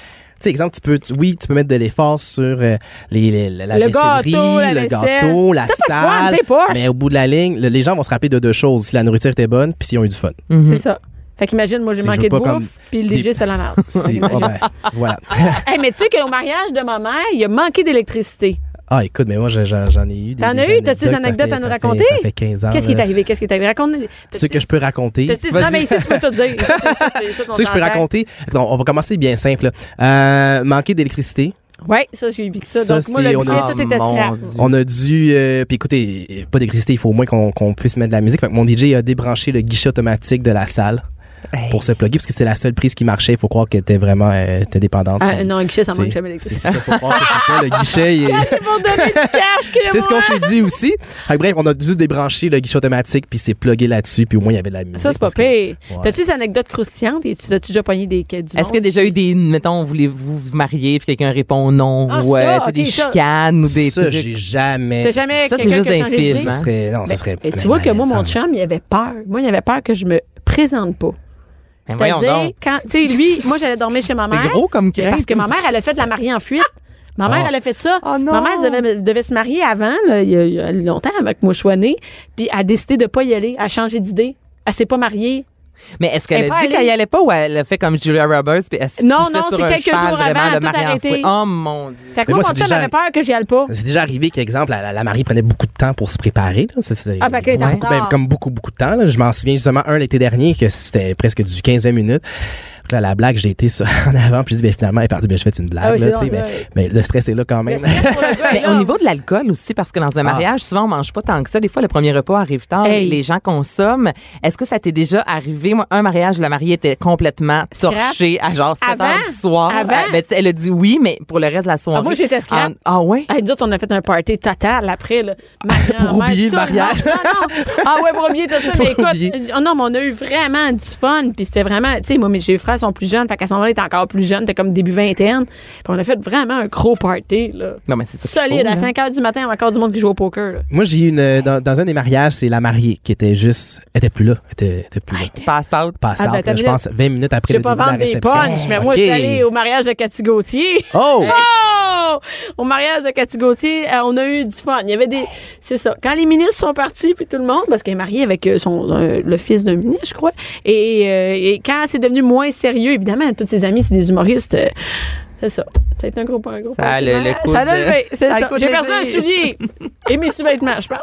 sais, exemple, tu peux, tu- oui, tu peux mettre de l'effort sur euh, les, les, la Le vaissellerie, gâteau, la le vaisselle. gâteau, la C'est pas le fun, salle. c'est poche. Mais au bout de la ligne, le- les gens vont se rappeler de deux choses. Si la nourriture était bonne, puis s'ils ont eu du fun. C'est ça. Fait qu'imagine, moi, j'ai C'est- manqué je de veux pas bouffe, comme puis le des- D J, c'est la merde. C'est, ah ben, voilà. Hey, mais tu sais qu'au mariage de ma mère, il a manqué d'électricité. Ah, écoute, mais moi, j'en, j'en ai eu des T'en des as eu? T'as-tu des ça anecdotes fait- à nous ça raconter? Fait, ça fait quinze ans. Qu'est-ce qui est là. arrivé? Qu'est-ce qui est arrivé? Raconte. Ce que je peux raconter. T'as-tu- Non, mais ici, tu peux tout dire. Ici, c'est ça, c'est ça, ton Ce que je peux cancer. raconter. Donc, on va commencer bien simple. là. Euh, manquer d'électricité. Oui, ça, j'ai vu que ça. Ça, Donc, moi, c'est- le on buffet, a- tout était Oh, mon scrap. Dieu. On a dû. Euh, puis écoutez, pas d'électricité, il faut au moins qu'on, qu'on puisse mettre de la musique. Fait que mon D J a débranché le guichet automatique de la salle Hey. pour se plugger, parce que c'était la seule prise qui marchait. Il faut croire qu'elle était vraiment euh, était dépendante. Ah, non, un guichet, ça manque T'sais, jamais C'est d'électricité. ça, faut croire que c'est ça. Le guichet, il est- C'est pour donner du cash que c'est ce moi. qu'on s'est dit aussi. Fait que bref, on a dû débrancher le guichet automatique, puis c'est plugué là-dessus, puis au moins il y avait de la musique. Ça, c'est pas parce que- pire. Ouais. T'as-tu des anecdotes croustillantes et tu as déjà pogné des quêtes du Est-ce monde? qu'il y a déjà eu des, mettons, voulez-vous vous marier, puis quelqu'un répond non, Ah, ou euh, ça, tu sais, ok, des ça. chicanes ou des ça, trucs? j'ai jamais. T'as jamais Ça, c'est quelqu'un juste qui a d'un changé film, d'idée? hein? Ça serait, non, ça Ben, serait. et tu vois que moi, mon ça- chum, il avait peur. Moi, il avait peur que je me présente pas. Ben voyons C'est-à-dire, donc. quand, tu sais, lui, moi, j'allais dormir chez ma mère. C'est gros comme crainte. Parce que ma mère, elle a fait de la mariée en fuite. Ma mère, Ah. elle a fait ça. Oh non. Ma mère devait, devait se marier avant, là, il, y a, il y a longtemps, avec moi, je suis née. Puis elle a décidé de pas y aller. Elle a changé d'idée. Elle s'est pas mariée. Mais est-ce qu'elle Elle est a pas dit allée. qu'elle y allait pas ou elle a fait comme Julia Roberts puis elle se Non, poussait non, sur c'est un quelques cheval, jours vraiment, avant, le tout marié en arrêté. fouet. Oh mon Dieu. Fait que Mais moi, moi, mon c'est chum déjà- avait peur que j'y aille pas. C'est déjà arrivé qu'exemple, la, la mariée prenait beaucoup de temps pour se préparer. Là. C'est, c'est- Ah, ben, qu'elle était en beaucoup, retard. ben, comme beaucoup, beaucoup de temps. Là. Je m'en souviens justement un l'été dernier que c'était presque du quinze vingt minutes. Donc là, la blague, j'ai été ça en avant, puis je dis, ben, finalement, elle est partie, ben, je fais une blague. Ah oui, là, c'est tu sais, drôle, mais, ouais. mais le stress est là quand même. Le stress pour le gars, Mais là. au niveau de l'alcool aussi, parce que dans un mariage, souvent, on mange pas tant que ça. Des fois, le premier repas arrive tard, Hey. les gens consomment. Est-ce que ça t'est déjà arrivé? Moi, un mariage, la mariée était complètement Scrap. torchée à genre sept Avant? heures du soir. Avant? Euh, ben, tu sais, elle a dit oui, mais pour le reste de la soirée. Ah, moi, j'étais scrap. En- Ah ouais? Hey, nous autres, on a fait un party total après. Là. Ma grand-mère, oublier le tout mariage. monde. Non, non. Ah ouais, pour oublier tout ça. Pour Mais écoute, oublier. oh non, mais on a eu vraiment du fun. Puis c'était vraiment, tu sais, moi, mes j'ai frères sont plus jeunes. Fait qu'à ce moment-là, ils étaient encore plus jeunes. C'était comme début vingtaine. Puis on a fait vraiment un gros party. Là. Non, mais c'est ça. qu'il Solide. faut, À là. cinq heures du matin, il y avait encore du monde qui joue au poker. Là. Moi, j'ai eu une. euh, Dans, dans un des mariages, c'est la mariée qui était juste. Elle était plus là. Elle était, était plus là. Pass out. Passe Ah, ben, out, t'as là, je vu, pense vingt minutes après Je le vais pas début de la vendre des réception. punchs, mais moi, OK. je suis allée au mariage de Cathy Gauthier. Oh! Oh! Au mariage de Cathy Gauthier, euh, on a eu du fun. Il y avait des. C'est ça. Quand les ministres sont partis, puis tout le monde, parce qu'elle est mariée avec euh, son, euh, le fils d'un ministre, je crois. Et, euh, et quand c'est devenu moins sérieux, évidemment, tous ses amis, c'est des humoristes. euh, c'est ça. Ça a été un gros, un gros Ça a party. le- le Ouais, coup Ça a de- levé, c'est ça a le ça. coup de J'ai perdu un léger. soulier. Et mes sous-vêtements, je pense.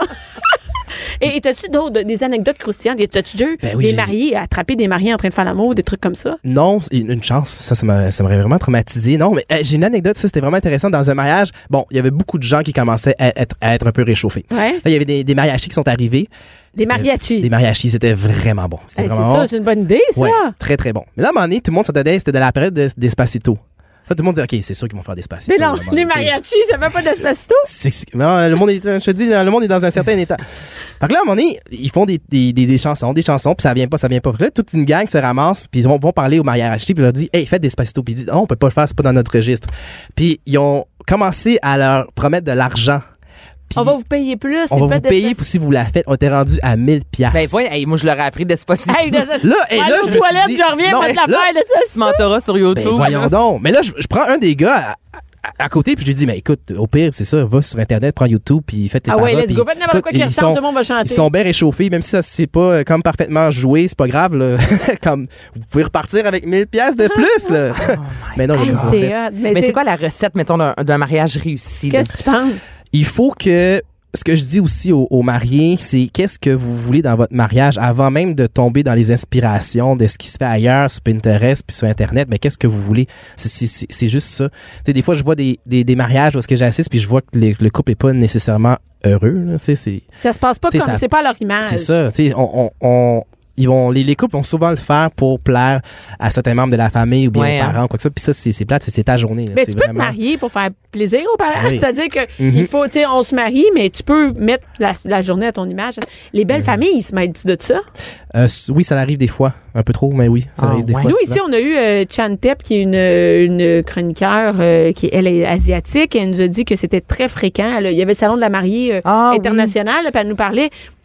Et et t'as-tu d'autres, des anecdotes croustillantes? Y a-tu déjà eu Ben oui, des j'ai- mariés, attraper des mariés en train de faire l'amour, des trucs comme ça? Non, c'est une une chance. Ça, ça m'a- ça m'aurait vraiment traumatisé. Non, mais euh, j'ai une anecdote. Ça, c'était vraiment intéressant. Dans un mariage, bon, il y avait beaucoup de gens qui commençaient à être, à être un peu réchauffés. Ouais. Là, il y avait des, des mariachis qui sont arrivés. Des mariachis. Des mariachis, c'était vraiment bon. C'était Hey, c'est vraiment ça, bon. c'est une bonne idée, ça. Ouais, très, très bon. Mais là, à un moment donné, tout le monde s'attendait, c'était de la période de- d'Espacito. Là, tout le monde dit, OK, c'est sûr qu'ils vont faire Despacito. Mais non, à un moment les donné, tu sais. mariachis, ça fait pas d'espacito. C'est- c'est- non, le monde est, je te dis, le monde est dans un certain état. Fait que là, à un moment donné, ils font des, des, des, des chansons, des chansons, puis ça vient pas, ça vient pas. Fait que là, toute une gang se ramasse, puis ils vont, vont parler au mariachi, puis ils leur disent, hey, faites Despacito. Puis ils disent, non, on peut pas le faire, c'est pas dans notre registre. Puis ils ont commencé à leur promettre de l'argent. Puis On va vous payer plus. on c'est va pas vous payer pour si vous la faites. On était rendu à mille piastres. Ben, voyons, hey, moi, je leur ai appris Despacito. Hey, de ça. Là, et Allez là, aux je me suis toilettes, dit- je reviens, non, mettre là- l'affaire de ça. Tu m'entauras sur YouTube. Ben, voyons donc. Mais là, je, je prends un des gars à, à- à côté, puis je lui dis, mais écoute, au pire, c'est ça, va sur Internet, prends YouTube, puis faites les Ah ouais, paroles. let's puis go. Faites n'importe écoute, quoi qui ils ressemble, sont- tout le monde va chanter. Ils sont bien réchauffés, même si ça, c'est pas euh, comme parfaitement joué, c'est pas grave, là. Comme, vous pouvez repartir avec mille piastres de plus, là. mais non, Hey, ils l'ont pas c'est fait. hot. Mais c'est quoi la recette, mettons, d'un d'un mariage réussi? là? Qu'est-ce que tu penses? Il faut que ce que je dis aussi aux, aux mariés, c'est qu'est-ce que vous voulez dans votre mariage avant même de tomber dans les inspirations de ce qui se fait ailleurs sur Pinterest puis sur Internet. Mais qu'est-ce que vous voulez? C'est, c'est, c'est, c'est juste ça. Tu sais, des fois, je vois des, des, des mariages où est-ce que j'assiste puis je vois que les- le couple est pas nécessairement heureux. Là. Tu sais, c'est, Ça se passe pas T'sais, comme. ça- C'est pas à leur image. c'est ça. Tu sais, on, on, on- ils vont, les, les couples vont souvent le faire pour plaire à certains membres de la famille ou bien Ouais, aux hein. parents, quoi que ça. Puis ça, c'est, c'est plate, c'est, c'est ta journée. là. Mais c'est tu peux te vraiment- marier pour faire plaisir aux parents. Oui. C'est-à-dire que Mhm. il faut, tu sais, on se marie, mais tu peux mettre la, la journée à ton image. Les Mhm. belles familles, ils se mêlent-tu de ça? Euh, oui, ça arrive des fois. Un peu trop, mais oui. Ça Ah, arrive des ouais. fois. Nous, souvent. ici, on a eu euh, Chan Tep, qui est une, une chroniqueur, euh, qui elle est asiatique. Elle nous a dit que c'était très fréquent. Elle- il y avait le salon de la mariée euh, Ah, oui. international. Puis elle nous parlait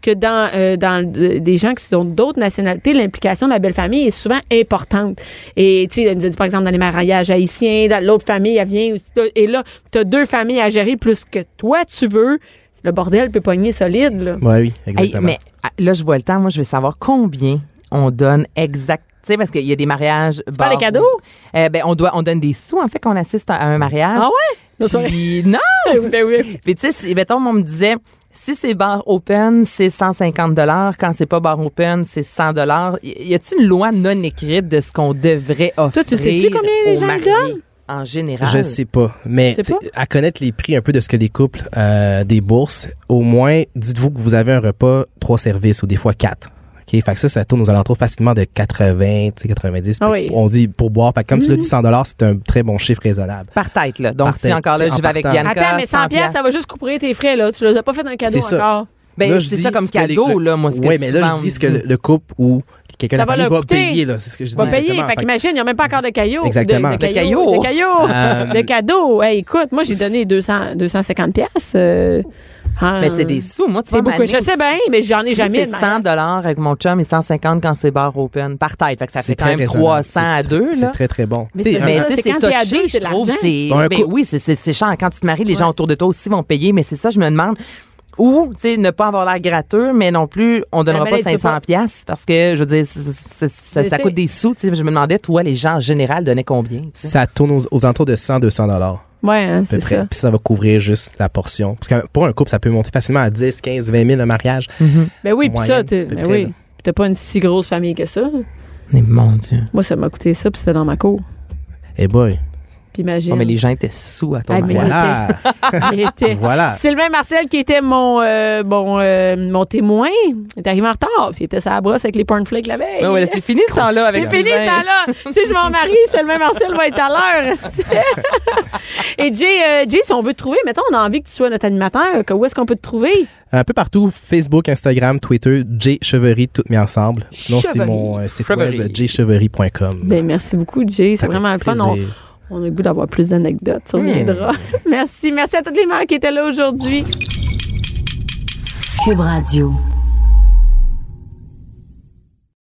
que dans, euh, dans euh, des gens qui sont d'autres nationalités, l'implication de la belle famille est souvent importante. Et tu sais, elle nous a dit par exemple dans les mariages haïtiens, dans l'autre famille, elle vient aussi. Et là, tu as deux familles à gérer plus que toi tu veux. Le bordel peut pogner solide, là. Ouais, oui, Hey, exactement. mais ah, là, je vois le temps. Moi, je veux savoir combien on donne exact. Tu sais, parce qu'il y a des mariages. Tu parles des cadeaux? Euh, ben, on doit, on donne des sous, en fait, qu'on assiste à un mariage. Ah ouais? Nos soirées. Puis, non! Ben oui. Puis, tu sais, si- mettons, on me disait, si c'est bar open, c'est cent cinquante dollars. Quand c'est pas bar open, c'est cent dollars. Y a-t-il une loi non écrite de ce qu'on devrait offrir? Toi, tu sais-tu combien les aux gens mariés donnent? En général. Je sais pas, mais Tu sais t'sais, à connaître les prix un peu de ce que les couples euh, des bourses, au moins, dites-vous que vous avez un repas, trois services ou des fois quatre. OK, fait que ça, ça tourne aux alentours facilement de quatre-vingts, quatre-vingt-dix. Ah oui. On dit pour boire. Fait que comme tu l'as dit, cent dollars, c'est un très bon chiffre raisonnable. Par tête, là. Donc, Par si tête. encore là, T'sais, je vais en avec partant. Bianca. Attends, mais cent piastres, ça va juste couvrir tes frais, là. Tu les as pas fait un cadeau C'est ça. encore. Ben, Là, je c'est dis ça comme ce que les- cadeau, le- là, moi, ce que Oui, mais là, souvent je dis on ce que dit. le, le couple ou quelqu'un de Ça la va famille leur va coûter. payer, là. C'est ce que je dis. Va payer. exactement. Fait qu'imagine, il n'y a même pas encore de cailloux. Exactement. De, de De cailloux. cailloux. De cailloux. Euh, De cadeaux. Hey, écoute, moi, j'ai donné deux cents, deux cent cinquante piastres. euh, hein. Mais c'est des sous. Moi, tu C'est vois, beaucoup. ma Je nièce, sais bien, mais j'en ai moi, jamais. c'est de cent dollars avec mon chum et cent cinquante quand c'est bar open par tête. Fait que ça C'est fait quand très même raisonnable. trois cents à C'est deux, tr- là. C'est très, très bon. Mais T'sais, c'est un- Mais ça, tu sais, c'est c'est quand t'es à touché, deux, je c'est de trouve. l'argent. C'est, Bon, un ben coup- oui, c'est, c'est, c'est cher. Quand tu te maries, les gens autour de toi aussi vont payer, mais c'est ça, je me demande. Ou, tu sais, ne pas avoir l'air gratteux, mais non plus, on donnera Ben, pas ben, tu peux cinq cents pas. piastres parce que, je veux dire, c'est- c'est- ça, Mais ça c'est- coûte des sous. Tu sais, je me demandais, toi, les gens en général donnaient combien? tu sais? Ça tourne aux, aux alentours de cent, deux cents dollars. Ouais, hein, À peu c'est près. ça. Puis ça va couvrir juste la portion. Parce que pour un couple, ça peut monter facilement à dix, quinze, vingt mille le mariage. Ben oui, puis ça, Moyenne, t'es- à peu ben près, oui. là. Puis t'as pas une si grosse famille que ça. Mais mon Dieu. Moi, ça m'a coûté ça, puis c'était dans ma cour. Eh boy. Puis imagine. Oh, mais les gens étaient sous à ton Ah, mais- mariage. Voilà. Il était- Voilà. Sylvain Marcel, qui était mon, euh, mon, euh, mon témoin, est arrivé en retard. Il était sur la brosse avec les cornflakes la veille. Ouais, ouais, c'est fini ce temps-là avec C'est fini Sylvain. ce temps-là. Si je m'en marie, Sylvain Marcel va être à l'heure. Et Jay, euh, Jay, si on veut te trouver, mettons, on a envie que tu sois notre animateur, que- où est-ce qu'on peut te trouver? Un peu partout, Facebook, Instagram, Twitter, Jay Chevery, toutes mis ensemble. Sinon, c'est Chevery. mon euh, site Chevery. web, jay chevery point com. Ben, merci beaucoup, Jay. C'est Ça fait vraiment le fun. On, plaisir. on a le goût d'avoir plus d'anecdotes. Tu reviendras. Merci. Merci à toutes les mères qui étaient là aujourd'hui. Cube Radio.